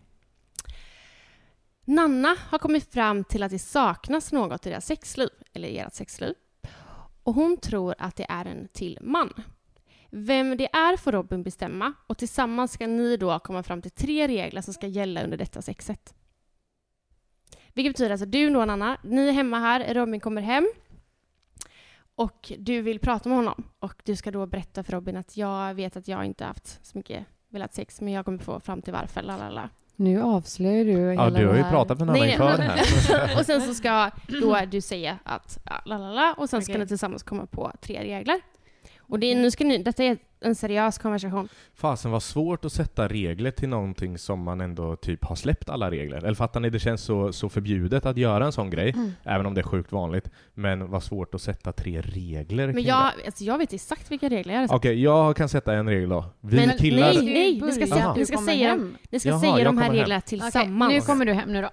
Nanna har kommit fram till att det saknas något i deras sexliv, eller ert sexliv. Och hon tror att det är en till man. Vem det är får Robin bestämma och tillsammans ska ni då komma fram till 3 regler som ska gälla under detta sexet. Vilket betyder alltså du då, Nanna, ni är hemma här, Robin kommer hem och du vill prata med honom. Och du ska då berätta för Robin att jag vet att jag inte haft så mycket velat sex, men jag kommer få fram till varför, lalala. Nu avslöjar du hela Ja, du har ju här. pratat med Nanna inför här. Och sen så ska då du säga att lalala, och sen ska ni tillsammans komma på 3 regler. Och detta är en seriös konversation. Fasen var svårt att sätta regler till någonting som man ändå typ har släppt alla regler. Eller fattar ni, det känns så förbjudet att göra en sån grej. Även om det är sjukt vanligt. Men var svårt att sätta 3 regler. Men jag vet exakt vilka regler jag har. Okej, jag kan sätta en regel då. Killar... Nej, ni ska säga de här reglerna tillsammans. Nu kommer du hem nu då.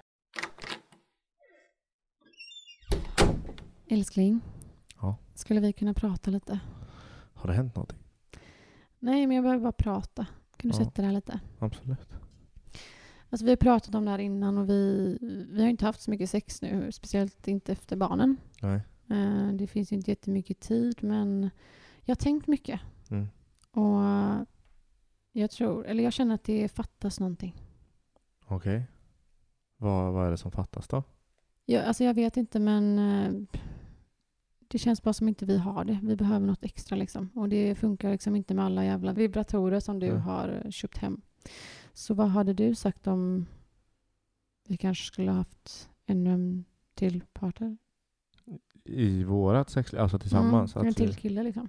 Älskling. Ja. Skulle vi kunna prata lite? Har det hänt någonting? Nej, men jag behöver bara prata. Kan du sätta det här lite? Absolut. Alltså, vi har pratat om det här innan och vi har inte haft så mycket sex nu. Speciellt inte efter barnen. Nej. Det finns inte jättemycket tid, men jag har tänkt mycket. Och jag känner att det fattas någonting. Okej. Vad är det som fattas då? Jag vet inte, men Det känns bara som inte vi har det. Vi behöver något extra liksom. Och det funkar liksom inte med alla jävla vibratorer som du har köpt hem. Så vad hade du sagt om vi kanske skulle ha haft ännu en till partner? I vårat sexliv, alltså tillsammans? En till kille liksom.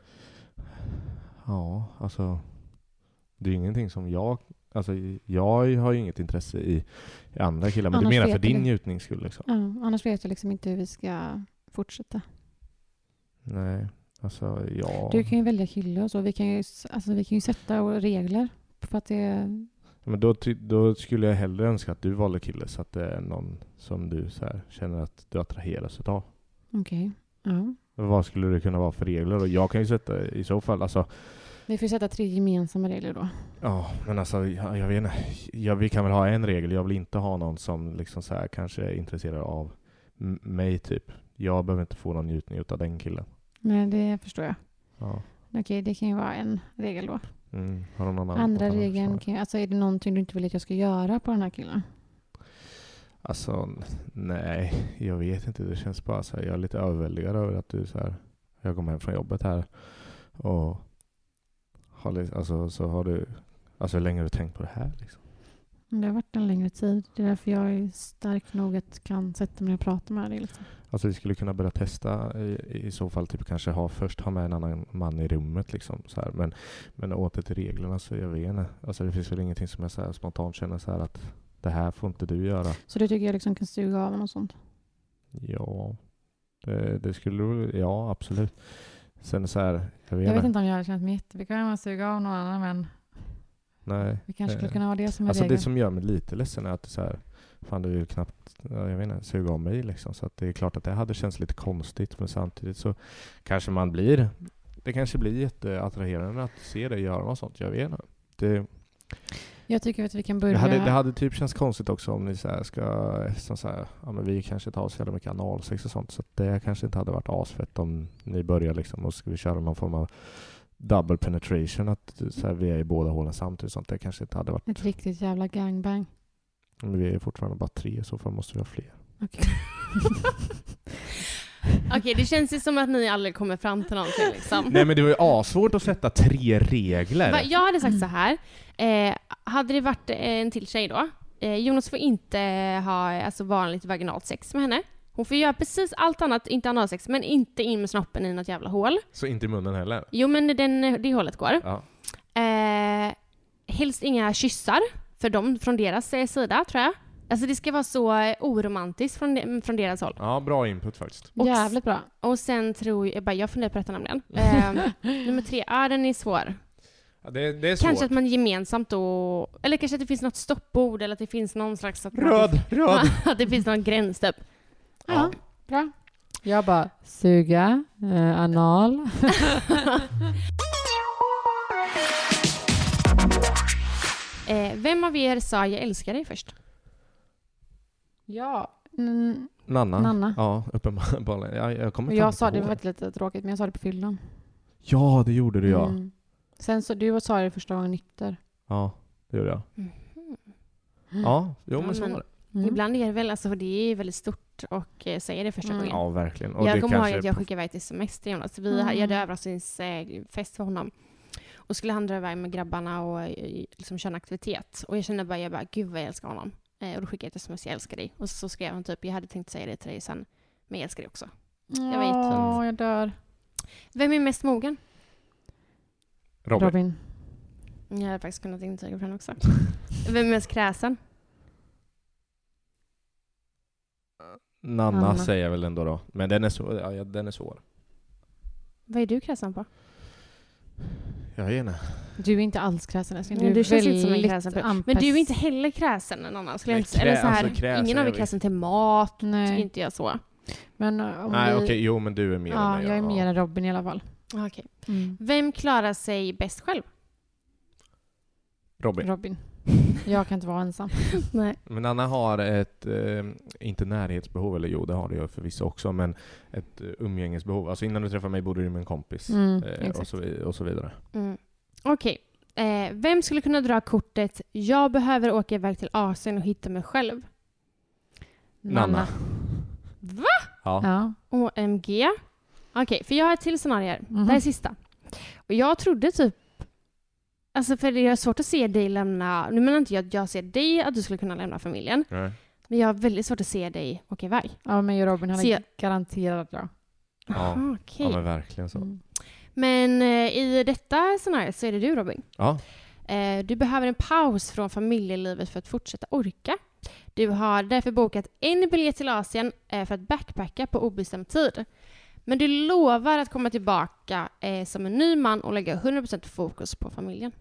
Ja, alltså det är ingenting som jag har ju inget intresse i andra killar, men Annars du menar för vet din du. njutnings skull liksom? Ja, annars vet jag liksom inte hur vi ska fortsätta. Nej, alltså ja. Du kan ju välja kille och så. Vi kan ju sätta regler för att det... Men då skulle jag hellre önska att du valde kille så att det är någon som du så här, känner att du attraheras utav. Okej. Ja. Vad skulle det kunna vara för regler? Och jag kan ju sätta i så fall, alltså... Vi får sätta 3 gemensamma regler då. Ja, men alltså jag vet inte. Vi kan väl ha en regel. Jag vill inte ha någon som liksom så här kanske är intresserad av mig typ. Jag behöver inte få någon njutning utav den killen. Nej, det förstår jag. Ja. Okej, det kan ju vara en regel då. Har du någon Andra regeln, alltså är det någonting du inte vill att jag ska göra på den här killen? Alltså, nej, jag vet inte. Det känns bara så här, jag är lite överväldigad över att du så här, jag kommer hem från jobbet här och så har du, alltså hur länge har du tänkt på det här liksom? Det har varit en längre tid. Det är därför jag är stark nog att kan sätta mig och prata med dig liksom. Alltså vi skulle kunna börja testa i så fall typ kanske först ha med en annan man i rummet liksom så här. Men åter till reglerna så jag vet inte. Alltså det finns väl ingenting som jag så här spontant känner så här att det här får inte du göra. Så du tycker jag liksom kan suga av något sånt? Ja, det skulle, ja absolut. Sen så här, jag vet inte om jag hade känt mig jättebekväm att suga av någon annan, men nej. Vi kanske skulle kunna ha det som en alltså regel. det som gör mig lite ledsen är att så här, fan du vill knappt, jag vet inte, suga av mig liksom. Så att det är klart att det hade känts lite konstigt, men samtidigt så kanske det kanske blir jätteattraherande att se dig göra något sånt, jag vet inte. Jag tycker att vi kan börja... Det hade typ känts konstigt också om ni så här ska, så här, ja men vi kanske tar så jävla mycket analsex och sånt, så att det kanske inte hade varit asfett om ni börjar liksom, och ska vi köra någon form av double penetration, att så här, vi är i båda hålen samtidigt, sånt det kanske inte hade varit... Ett riktigt jävla gangbang. Men vi är fortfarande bara 3, så fall måste vi ha fler. Okej. Okej, det känns ju som att ni aldrig kommer fram till någonting liksom. Nej, men det var ju asvårt att sätta 3 regler. Jag hade sagt så här. Hade det varit en till tjej då, Jonas får inte ha alltså, vanligt vaginalt sex med henne. Hon får göra precis allt annat, inte analsex, men inte in med snoppen i något jävla hål. Så inte i munnen heller? Jo, men det hålet går. Ja. Helst inga kyssar från deras sida, tror jag. Alltså det ska vara så oromantiskt från deras håll. Ja, bra input faktiskt. Jävligt bra. Och sen tror jag funderar på detta nämligen. Nummer 3, den är svår. Ja, det är svårt. Kanske att man gemensamt då, eller kanske att det finns något stoppbord, eller att det finns någon slags... Röd! Att det finns någon gräns typ. Ja, bra. Jag bara, suga, anal. Vem av er sa jag älskar dig först? Ja. Nanna. Ja, uppenbarligen. Jag kommer jag sa det var lite tråkigt, men jag sa det på fyllan. Ja, det gjorde du, ja. Sen så du sa det första gången nykter. Ja, det gjorde jag. Ja, men så var det. Ibland är det väl, alltså det är väldigt stort och säga det första gången. Ja, verkligen. Och jag kommer ihåg att jag skickade iväg till semester, Jonas. Jag hade överraskningsfest för honom. Och skulle han dra iväg med grabbarna och liksom köra en aktivitet. Och jag kände bara, gud vad jag älskar honom. Och då skickade jag ett sms, jag älskar dig. Och så skrev han typ, jag hade tänkt säga det till dig sen, men jag älskar dig också. Jag var jättefint. Jag dör. Vem är mest mogen? Robin. Jag hade faktiskt kunnat intyga på den också. Vem är mest kräsen? Nanna säger jag väl ändå då. Men den är svår. Vad är du kräsen på? Jag vet inte. Du är inte alls kräsen. Du känns inte som en kräsen. Men du är inte heller kräsen än annan. Eller så här, ingen av er kräsen till mat. Nej. Tycker inte jag så. Men men du är mer än mig. Jag är mer än Robin i alla fall. Okay. Vem klarar sig bäst själv? Robin. Jag kan inte vara ensam. Nej. Men Anna har ett, inte närhetsbehov, eller jo, det har det ju för vissa också, men ett umgängesbehov. Alltså innan du träffar mig bodde du med en kompis och så vidare. Okej. Vem skulle kunna dra kortet jag behöver åka iväg till Asien och hitta mig själv? Nanna. Va? Ja. OMG. Okej, för jag har ett till scenario här. Det här är sista. Och jag trodde typ... Alltså för det är svårt att se dig lämna... Nu menar inte jag att jag ser dig att du skulle kunna lämna familjen. Nej. Men jag har väldigt svårt att se dig åka iväg. Ja, men Robin hade Så jag- garanterat ja. Ja. Okej. Ja, men verkligen så. Men i detta scenario så är det du, Robin. Ja. Du behöver en paus från familjelivet för att fortsätta orka. Du har därför bokat en biljett till Asien för att backpacka på obestämd tid. Men du lovar att komma tillbaka som en ny man och lägga 100% fokus på familjen.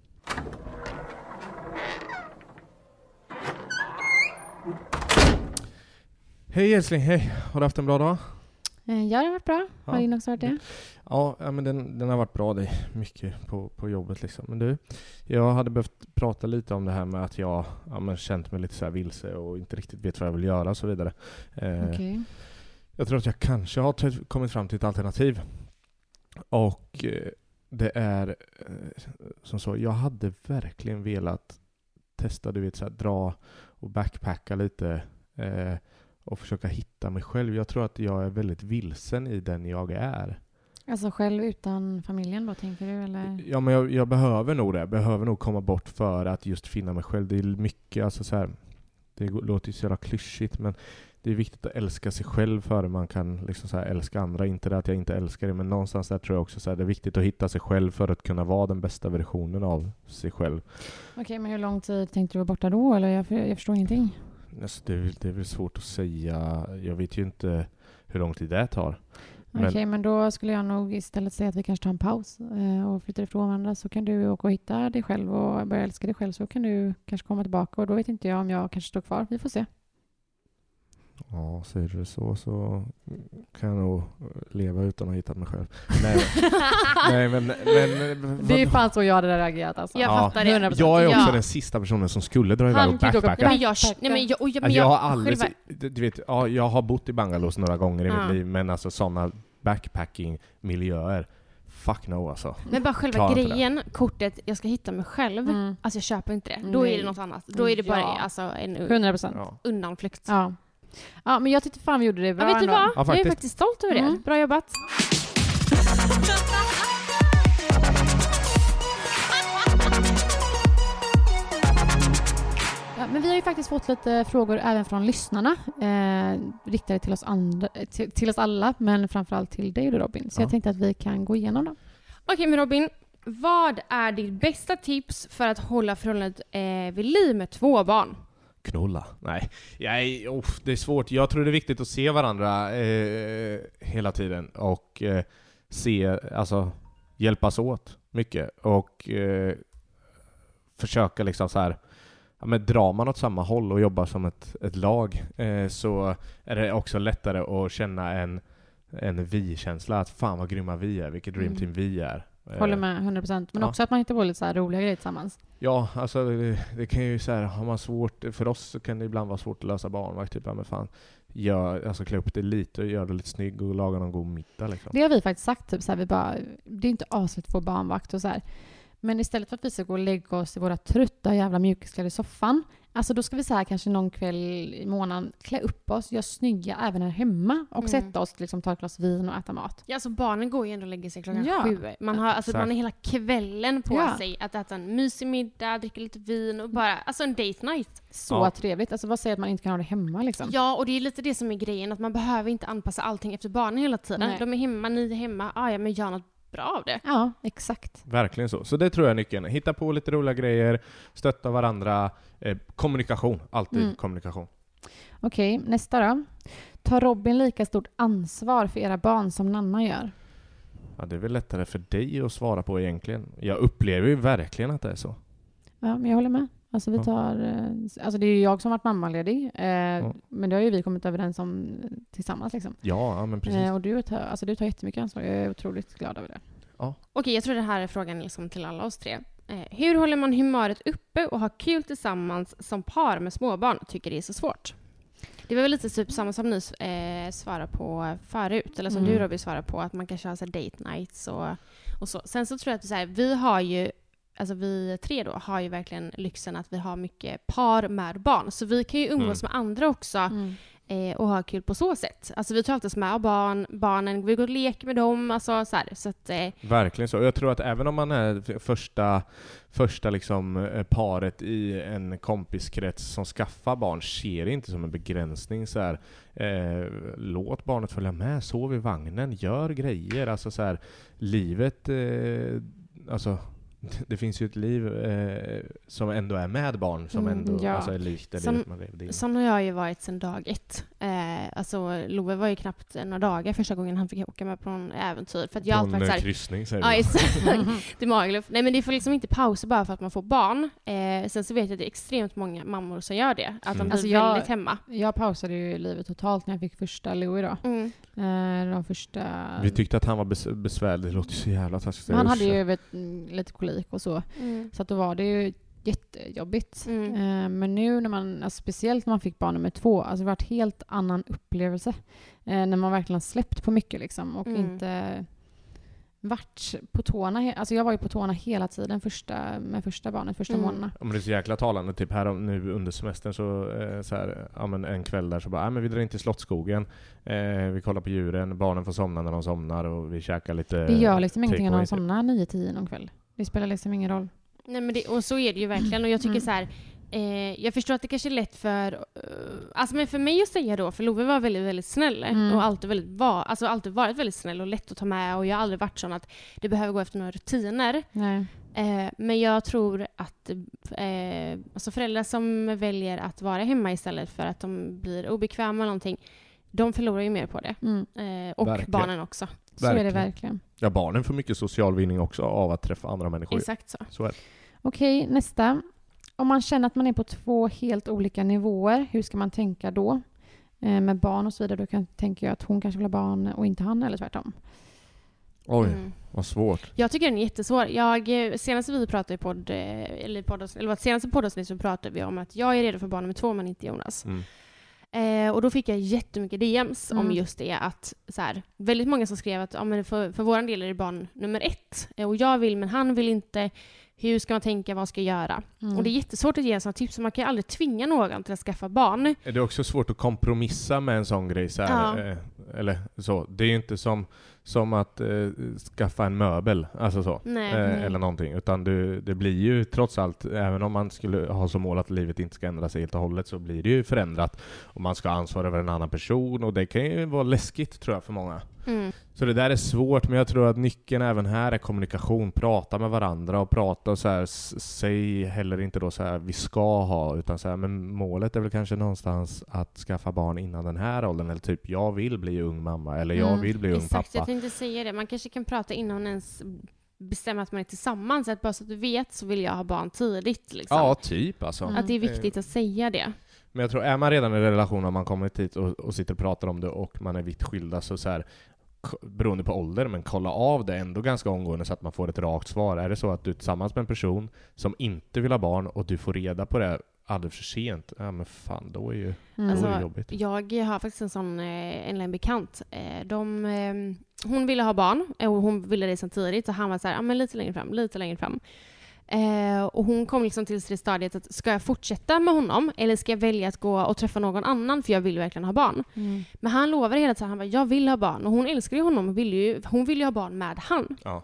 Hej älskling, hej. Har du haft en bra dag? Ja, det har varit bra. Har Ja. din också varit det? Ja, men den har varit bra det mycket på jobbet liksom. Men du, jag hade behövt prata lite om det här med att jag känt mig lite så här vilse och inte riktigt vet vad jag vill göra och så vidare. Okej. Jag tror att jag kanske har kommit fram till ett alternativ. Och det är som så, jag hade verkligen velat testa, du vet, så här, dra och backpacka lite och försöka hitta mig själv. Jag tror att jag är väldigt vilsen i den jag är. Alltså själv utan familjen då, tänker du? Eller? Ja, men jag behöver nog det. Jag behöver nog komma bort för att just finna mig själv. Det är mycket, alltså så här, det låter ju så jävla klyschigt, men det är viktigt att älska sig själv före man kan liksom så här älska andra. Inte det att jag inte älskar det, men någonstans där tror jag också så här, det är viktigt att hitta sig själv för att kunna vara den bästa versionen av sig själv. Okej, men hur lång tid tänkte du vara borta då? Eller jag förstår ingenting. Alltså, det är väl svårt att säga. Jag vet ju inte hur lång tid det tar. Okej, men då skulle jag nog istället säga att vi kanske tar en paus och flyttar ifrån varandra, så kan du åka och hitta dig själv och börja älska dig själv, så kan du kanske komma tillbaka, och då vet inte jag om jag kanske står kvar. Vi får se. Ja, säger du så kan jag nog leva utan att ha hittat mig själv. Nej, men Det är fan så jag hade reagerat alltså. Jag fattar det. 100%. jag är också Ja. den sista personen som skulle dra iväg Han och kan ju åka backpacka. Men Jag har aldrig, själva- du vet, ja, jag har bott i Bangalore några gånger i Ja. mitt liv, men alltså sådana backpacking-miljöer, fuck no alltså. Men bara själva Klarar inte grejen, kortet, jag ska hitta mig själv. Alltså jag köper inte det. Då Nej. är det något annat. Då är det bara Ja. alltså, en 100%. Ja. undanflykt. Ja. Ja, men jag tyckte fan vi gjorde det bra Ja, vet du ändå. vad? Ja, Jag är faktiskt. faktiskt stolt över det. Mm. Bra jobbat. Ja, men vi har ju faktiskt fått lite frågor även från lyssnarna. Riktade till oss, till oss alla, men framförallt till dig och Robin. Så Ja. jag tänkte att vi kan gå igenom dem. Okej, men Robin. Vad är ditt bästa tips för att hålla förhållandet vid liv med 2 barn? Knulla. Nej, det är svårt. Jag tror det är viktigt att se varandra hela tiden och hjälpas åt mycket och försöka liksom så här, ja, men drar man åt samma håll och jobbar som ett lag så är det också lättare att känna en vi-känsla, att fan vad grymma vi är, vilket dreamteam vi är. Håller med 100%. Men ja. också att man inte får lite så här roliga grejer tillsammans. Ja, alltså det kan ju så här, har man svårt, för oss så kan det ibland vara svårt att lösa barnvakt, typ, ja, men fan, klä upp det lite och göra det lite snygg och laga någon god middag liksom. Det har vi faktiskt sagt, typ så här, det är inte asligt att få barnvakt och så här. Men istället för att vi ska gå och lägga oss i våra trötta jävla mjukiskläder i soffan, alltså då ska vi så här kanske någon kväll i månaden klä upp oss, göra snygga även här hemma och sätta oss, liksom ta ett glas vin och äta mat. Ja, alltså barnen går ju ändå och lägger sig klockan Ja. 7. Man har hela kvällen på Ja. sig att äta en mysig middag, dricka lite vin och bara, alltså en date night. Så Ja. trevligt. Alltså vad säger att man inte kan ha det hemma liksom? Ja, och det är lite det som är grejen, att man behöver inte anpassa allting efter barnen hela tiden. Nej. De är hemma, ni är hemma, men gör något bra av det. Ja, exakt. Verkligen så. Så det tror jag är nyckeln. Hitta på lite roliga grejer, stötta varandra, kommunikation. Alltid kommunikation. Okej, nästa då. Tar Robin lika stort ansvar för era barn som Nanna gör? Ja, det är väl lättare för dig att svara på egentligen. Jag upplever ju verkligen att det är så. Ja, men jag håller med. Alltså vi tar... Alltså det är ju jag som varit mammaledig. Men det har ju vi kommit överens om tillsammans liksom. Ja, men precis. Och du tar jättemycket ansvar. Jag är otroligt glad över det. Okej, jag tror det här är frågan liksom till alla oss 3. Hur håller man humöret uppe och har kul tillsammans som par med småbarn? Tycker det är så svårt. Det var väl lite typ samma som ni svarade på förut. Eller som du, Robin, svarade på. Att man kanske har så date nights och så. Sen så tror jag att så här, vi har ju... Alltså vi 3 då har ju verkligen lyxen att vi har mycket par med barn. Så vi kan ju umgås med andra också. och ha kul på så sätt. Alltså vi tar alltid med barnen, vi går och leker med dem, alltså så här, så att, verkligen så. Jag tror att även om man är första liksom paret i en kompiskrets som skaffar barn, ser det inte som en begränsning så här, låt barnet följa med, sov i vagnen, gör grejer, alltså så här, livet, alltså det finns ju ett liv som ändå är med barn, som ändå alltså är likt det livet man levde i. Sån har jag ju varit sedan dag ett. Alltså Love var ju knappt några dagar första gången han fick åka med på en äventyr. För att jag alltid varit kryssning, säger det är maglöf. Nej, men det får liksom inte pausa bara för att man får barn. Sen så vet jag att det är extremt många mammor som gör det. Att de blir väldigt hemma. Jag pausade ju livet totalt när jag fick första Louis då. De första... Vi tyckte att han var besvärlig. Det låter så jävla taskigt. Han hade ju lite kolik och så. Så att då var det ju jättejobbigt. Men nu när man, alltså speciellt när man fick barn nummer 2, alltså det var en helt annan upplevelse. När man verkligen släppt på mycket liksom, och inte vart på tårna. Alltså jag var ju på tårna hela tiden med första barnet, första månaderna. Men det är så jäkla talande. Typ här nu under semestern så här, ja, men en kväll där så bara, men vi drar in till Slottsskogen. Vi kollar på djuren, barnen får somna när de somnar och vi käkar lite. Det gör liksom ingenting när de somnar 9-10 någon kväll. Det spelar liksom ingen roll. Nej, men och så är det ju verkligen. Och jag tycker så här, jag förstår att det kanske är lätt för alltså men för mig att säga då, för Love var väldigt, väldigt snäll och alltid varit väldigt snäll och lätt att ta med, och jag har aldrig varit sån att det behöver gå efter några rutiner. Nej. Men jag tror att alltså föräldrar som väljer att vara hemma istället för att de blir obekväma eller någonting, de förlorar ju mer på det. Och verkligen. Barnen också. Så är det verkligen. Ja, barnen får mycket social vinning också av att träffa andra människor. Exakt så. Så är det. Okej, nästa. Om man känner att man är på 2 helt olika nivåer, hur ska man tänka då? Med barn och så vidare, då tänker jag att hon kanske vill ha barn och inte han, eller tvärtom. Oj, vad svårt. Jag tycker den är jättesvår. Senast vi pratade senaste poddavsnitt så pratade vi om att jag är redo för barn nummer 2 men inte Jonas. Och då fick jag jättemycket DMs om just det, att så här, väldigt många som skrev att men för våran del är det barn nummer 1 och jag vill men han vill inte. Hur ska man tänka, vad ska jag göra? Och det är jättesvårt att ge sådana tips, så man kan aldrig tvinga någon till att skaffa barn. Är det också svårt att kompromissa med en sån grej? Så här, eller så. Det är ju inte som att skaffa en möbel, alltså så. Nej. Eller någonting. Utan det blir ju trots allt, även om man skulle ha som mål att livet inte ska ändra sig helt och hållet, så blir det ju förändrat. Och man ska ansvara över en annan person, och det kan ju vara läskigt, tror jag, för många. Så det där är svårt, men jag tror att nyckeln även här är kommunikation. Prata med varandra och prata och så här, säg heller inte då så här vi ska ha, utan så här, men målet är väl kanske någonstans att skaffa barn innan den här åldern, eller typ jag vill bli ung mamma, eller jag vill bli ung pappa. Exakt, jag tänkte säga det. Man kanske kan prata innan ens bestämma att man är tillsammans, att bara så att du vet så vill jag ha barn tidigt liksom. Ja, typ alltså. Att det är viktigt att säga det. Men jag tror, är man redan i en relation, om man kommer hit och sitter och pratar om det och man är vitt skilda, så här, beroende på ålder, men kolla av det ändå ganska omgående så att man får ett rakt svar. Är det så att du är tillsammans med en person som inte vill ha barn och du får reda på det alldeles för sent, ja men fan, då är ju då är det jobbigt. Jag har faktiskt en sån en bekant. Hon ville ha barn och hon ville det samtidigt, så han var så här, men lite längre fram. Och hon kom liksom till det stadiet att ska jag fortsätta med honom eller ska jag välja att gå och träffa någon annan, för jag vill verkligen ha barn. Men han lovade hela tiden, han bara, jag vill ha barn, och hon älskar ju honom och hon vill ju ha barn med han. Ja.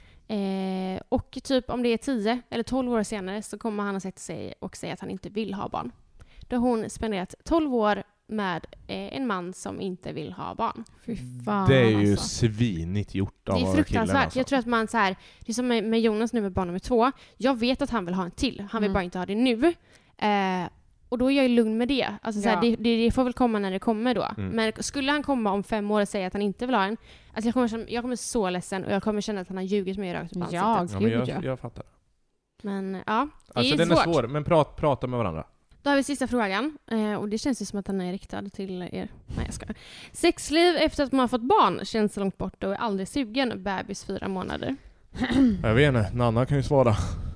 Och typ om det är 10 eller 12 år senare så kommer han att sätta sig och säga att han inte vill ha barn. Då har hon spenderat 12 år med en man som inte vill ha barn. Fy fan, det är ju svinigt gjort av killen. Det är fruktansvärt. Alltså. Jag tror att man så här, det är som med Jonas nu med barn nummer 2. Jag vet att han vill ha en till. Han vill bara inte ha det nu. Och då är jag lugn med det. Alltså, så här, det får väl komma när det kommer då. Men skulle han komma om 5 år och säga att han inte vill ha en, alltså jag kommer så ledsen och jag kommer känna att han har ljugit mig rakt på ansiktet. Men jag fattar. Men ja, det alltså, är den svårt. är svår, men prata med varandra. Då har vi sista frågan. Och det känns ju som att den är riktad till er. Nej, jag ska. Sexliv efter att man har fått barn känns så långt bort och är aldrig sugen. Bebis 4 månader. Jag vet inte. Nanna kan ju svara.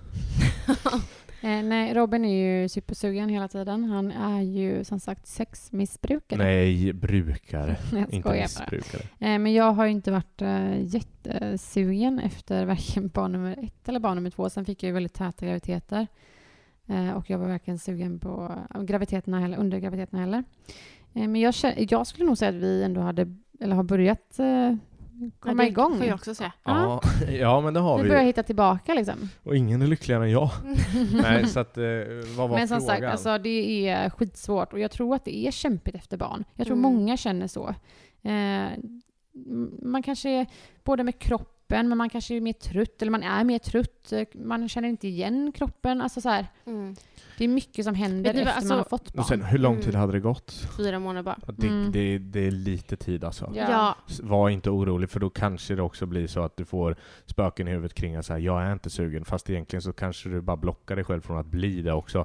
Nej, Robin är ju supersugen hela tiden. Han är ju som sagt sexmissbrukare. Nej, brukare. Inte missbrukare. Men jag har ju inte varit jättesugen efter varken barn nummer 1 eller barn nummer 2. Sen fick jag ju väldigt täta graviditeter. Och jag var verkligen sugen på under graviditeterna heller. Men jag skulle nog säga att vi ändå har börjat komma igång. Det får jag också säga. Ja, men det har vi. Vi börjar hitta tillbaka liksom. Och ingen är lyckligare än jag. Nej, så att vad var Men som frågan? sagt, alltså, det är skitsvårt och jag tror att det är kämpigt efter barn. Jag tror många känner så. Man kanske är både med kroppen, men man kanske är mer trött, eller man är mer trött. Man känner inte igen kroppen. Alltså så här. Det är mycket som händer efter man har fått barn. Och sen, hur lång tid hade det gått? 4 månader bara. Det är lite tid alltså. Ja. Var inte orolig, för då kanske det också blir så att du får spöken i huvudet kring att säga jag är inte sugen, fast egentligen så kanske du bara blockar dig själv från att bli det också.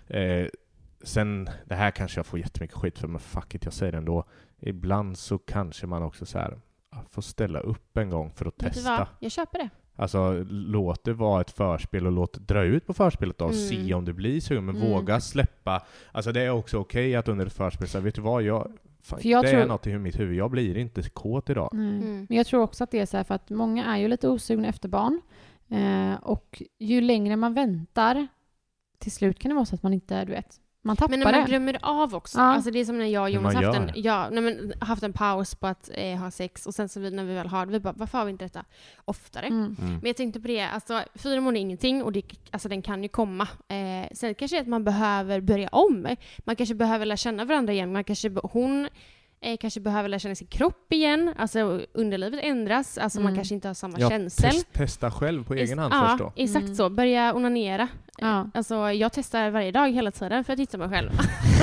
Sen, det här kanske jag får jättemycket skit för, men fuck it, jag säger det ändå. Ibland så kanske man också så här får ställa upp en gång för att testa. Vad? Jag köper det. Alltså, låt det vara ett förspel och låt dra ut på förspelet då och se om det blir så. Men våga släppa. Alltså, det är också okej att under ett förspel säga, vet du vad, det är något i mitt huvud. Jag blir inte kåt idag. Men jag tror också att det är så här, för att många är ju lite osugna efter barn. Och ju längre man väntar, till slut kan det vara så att man inte, du vet, man tappar det. Men när man glömmer av också. Ja. Alltså det är som när jag och Jonas haft en paus på att ha sex. Och sen så när vi väl har det, vi bara, varför har vi inte detta oftare? Men jag tänkte på det, alltså 4 månader är ingenting och den kan ju komma. Sen kanske det är att man behöver börja om. Man kanske behöver lära känna varandra igen. Hon kanske behöver lära känna sin kropp igen. Alltså underlivet ändras. Alltså man kanske inte har samma känsel. Testa själv på egen hand först då. Exakt så. Börja onanera. Alltså jag testar varje dag hela tiden för att hitta mig själv.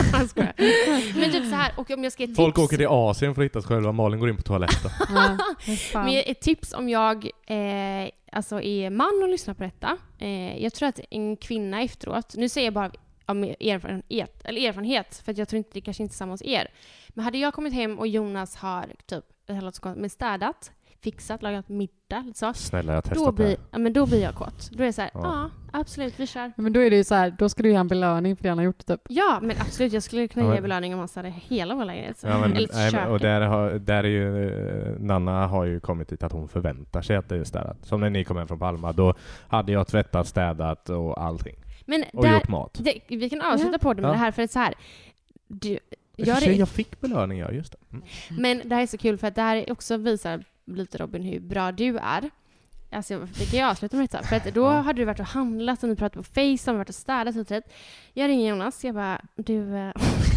Men typ så här, och om jag ska ge tips. Folk åker till Asien för att hitta sig själva. Malin går in på toaletten. Men ett tips om jag alltså är man och lyssnar på detta. Jag tror att en kvinna efteråt, nu säger jag bara om erfarenhet, för att jag tror inte det kanske inte är samma hos er. Men hade jag kommit hem och Jonas har typ med städat, fixat, lagat middag, så. Snälla, jag testar då blir jag kåt. Då är det så här, absolut, vi kör. Men då är det ju så här, då skulle du ha en belöning för det han har gjort typ. Ja, men absolut, jag skulle kunna ge belöning om han hade hela vår lägenhet. Och där är ju Nanna har ju kommit dit att hon förväntar sig att det är städat. Som när ni kom hem från Palma, då hade jag tvättat, städat och allting. Men och gjort mat. Vi kan avsluta på det med det här, för det är så här. Jag fick belöning, ja, just det. Men det här är så kul, för att det här också visar lite, Robin, hur bra du är. Alltså, det kan jag avsluta med detta. För att då hade du varit och handlat och ni pratade på Face och varit och städat och rätt. Jag ringer Jonas, jag bara, du...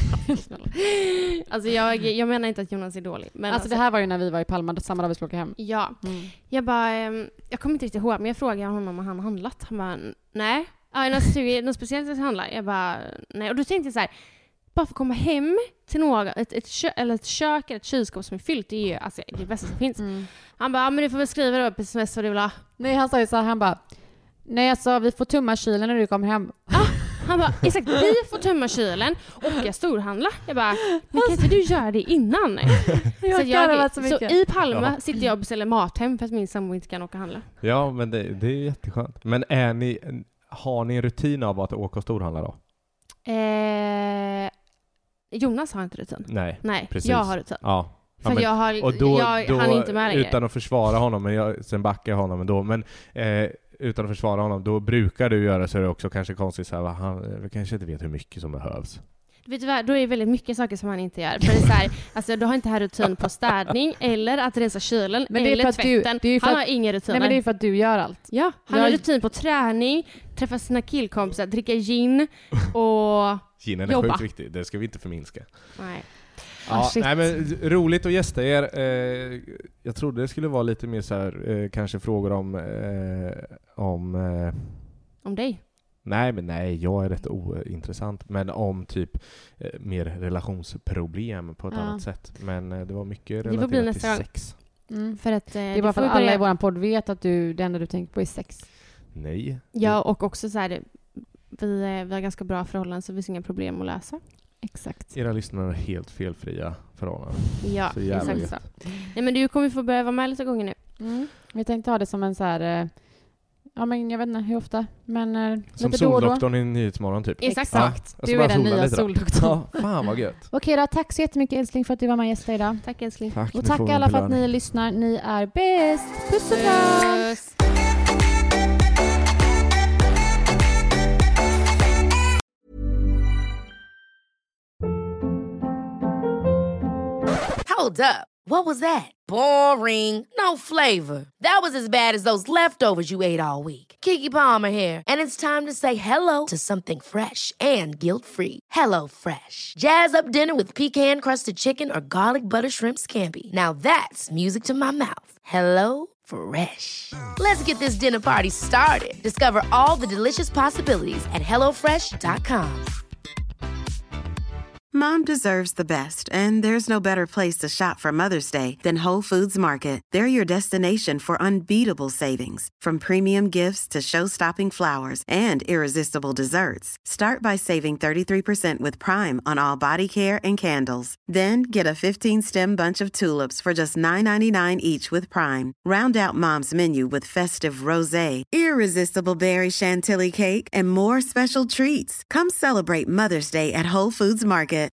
alltså jag menar inte att Jonas är dålig. Men alltså det här var ju när vi var i Palma, samma dag vi skulle åka hem. Ja. Jag bara, jag kommer inte riktigt ihåg, men jag frågade honom om han handlat. Han bara, nej. Något speciellt att handla. Jag bara, nej. Och då tänkte jag så här, bara för att komma hem till något, ett kök eller ett kylskåp som är fyllt, det är ju alltså, det bästa som finns. Han bara, men du får väl skriva då på sms vad du vill ha. Nej, han sa ju så här, han bara, nej alltså vi får tömma kylen när du kommer hem. Han bara, exakt, vi får tömma kylen och jag storhandla. Jag bara, men kan inte du göra det innan? Så i Palma sitter jag och beställer mat hem för att min sambo inte kan åka och handla. Ja, men det är jätteskönt. Men har ni en rutin av att åka och storhandla då? Jonas har inte rutin. Nej, precis. Jag har rutin. Ja. För men, jag hann inte med längre. Utan att försvara honom, men sen backar jag honom ändå. Men utan att försvara honom, då brukar du göra så är det också kanske konstigt så här, han kanske inte vet hur mycket som behövs. Vet du vad, då är det väldigt mycket saker som han inte gör. För det är så här, alltså du har inte här rutin på städning eller att rensa kylen eller tvätten. Han har ingen rutin. Nej, men det är för att du gör allt. Ja, han har rutin på träning, träffa sina killkompisar, dricka gin och ginen är jobba. Sjukt viktigt, det ska vi inte förminska. Nej. Ja, nej, men roligt att gästa er. Jag trodde det skulle vara lite mer så här, kanske frågor om dig. Nej, jag är rätt ointressant. Men om typ mer relationsproblem på ett annat sätt. Men det var mycket relaterat till sex. För att, det är bara för att alla i våran podd vet att det enda du tänker på är sex. Nej. Ja, och också så här, vi har ganska bra förhållanden så vi har inga problem att lösa. Exakt. Era lyssnare är helt felfria förhållanden. Ja, exakt så. Nej, men du kommer få börja vara med lite gånger nu. Vi tänkte ha det som en så här... Ja, men jag vet inte hur ofta. Men som lite då och då. Soldoktorn i Nyhetsmorgon typ. Exakt. Ja, du är den nya Soldoktorn. Ja, fan vad gött. Okej då, tack så jättemycket älskling för att du var med och gästade idag. Tack älskling. Tack, och tack alla för att ni lyssnar. Ni är bäst. Puss och kram! Hold up. What was that? Boring. No flavor. That was as bad as those leftovers you ate all week. Keke Palmer here, and it's time to say hello to something fresh and guilt-free. Hello Fresh. Jazz up dinner with pecan-crusted chicken or garlic butter shrimp scampi. Now that's music to my mouth. Hello Fresh. Let's get this dinner party started. Discover all the delicious possibilities at hellofresh.com. Mom deserves the best, and there's no better place to shop for Mother's Day than Whole Foods Market. They're your destination for unbeatable savings, from premium gifts to show-stopping flowers and irresistible desserts. Start by saving 33% with Prime on all body care and candles. Then get a 15-stem bunch of tulips for just $9.99 each with Prime. Round out Mom's menu with festive rosé, irresistible berry chantilly cake, and more special treats. Come celebrate Mother's Day at Whole Foods Market.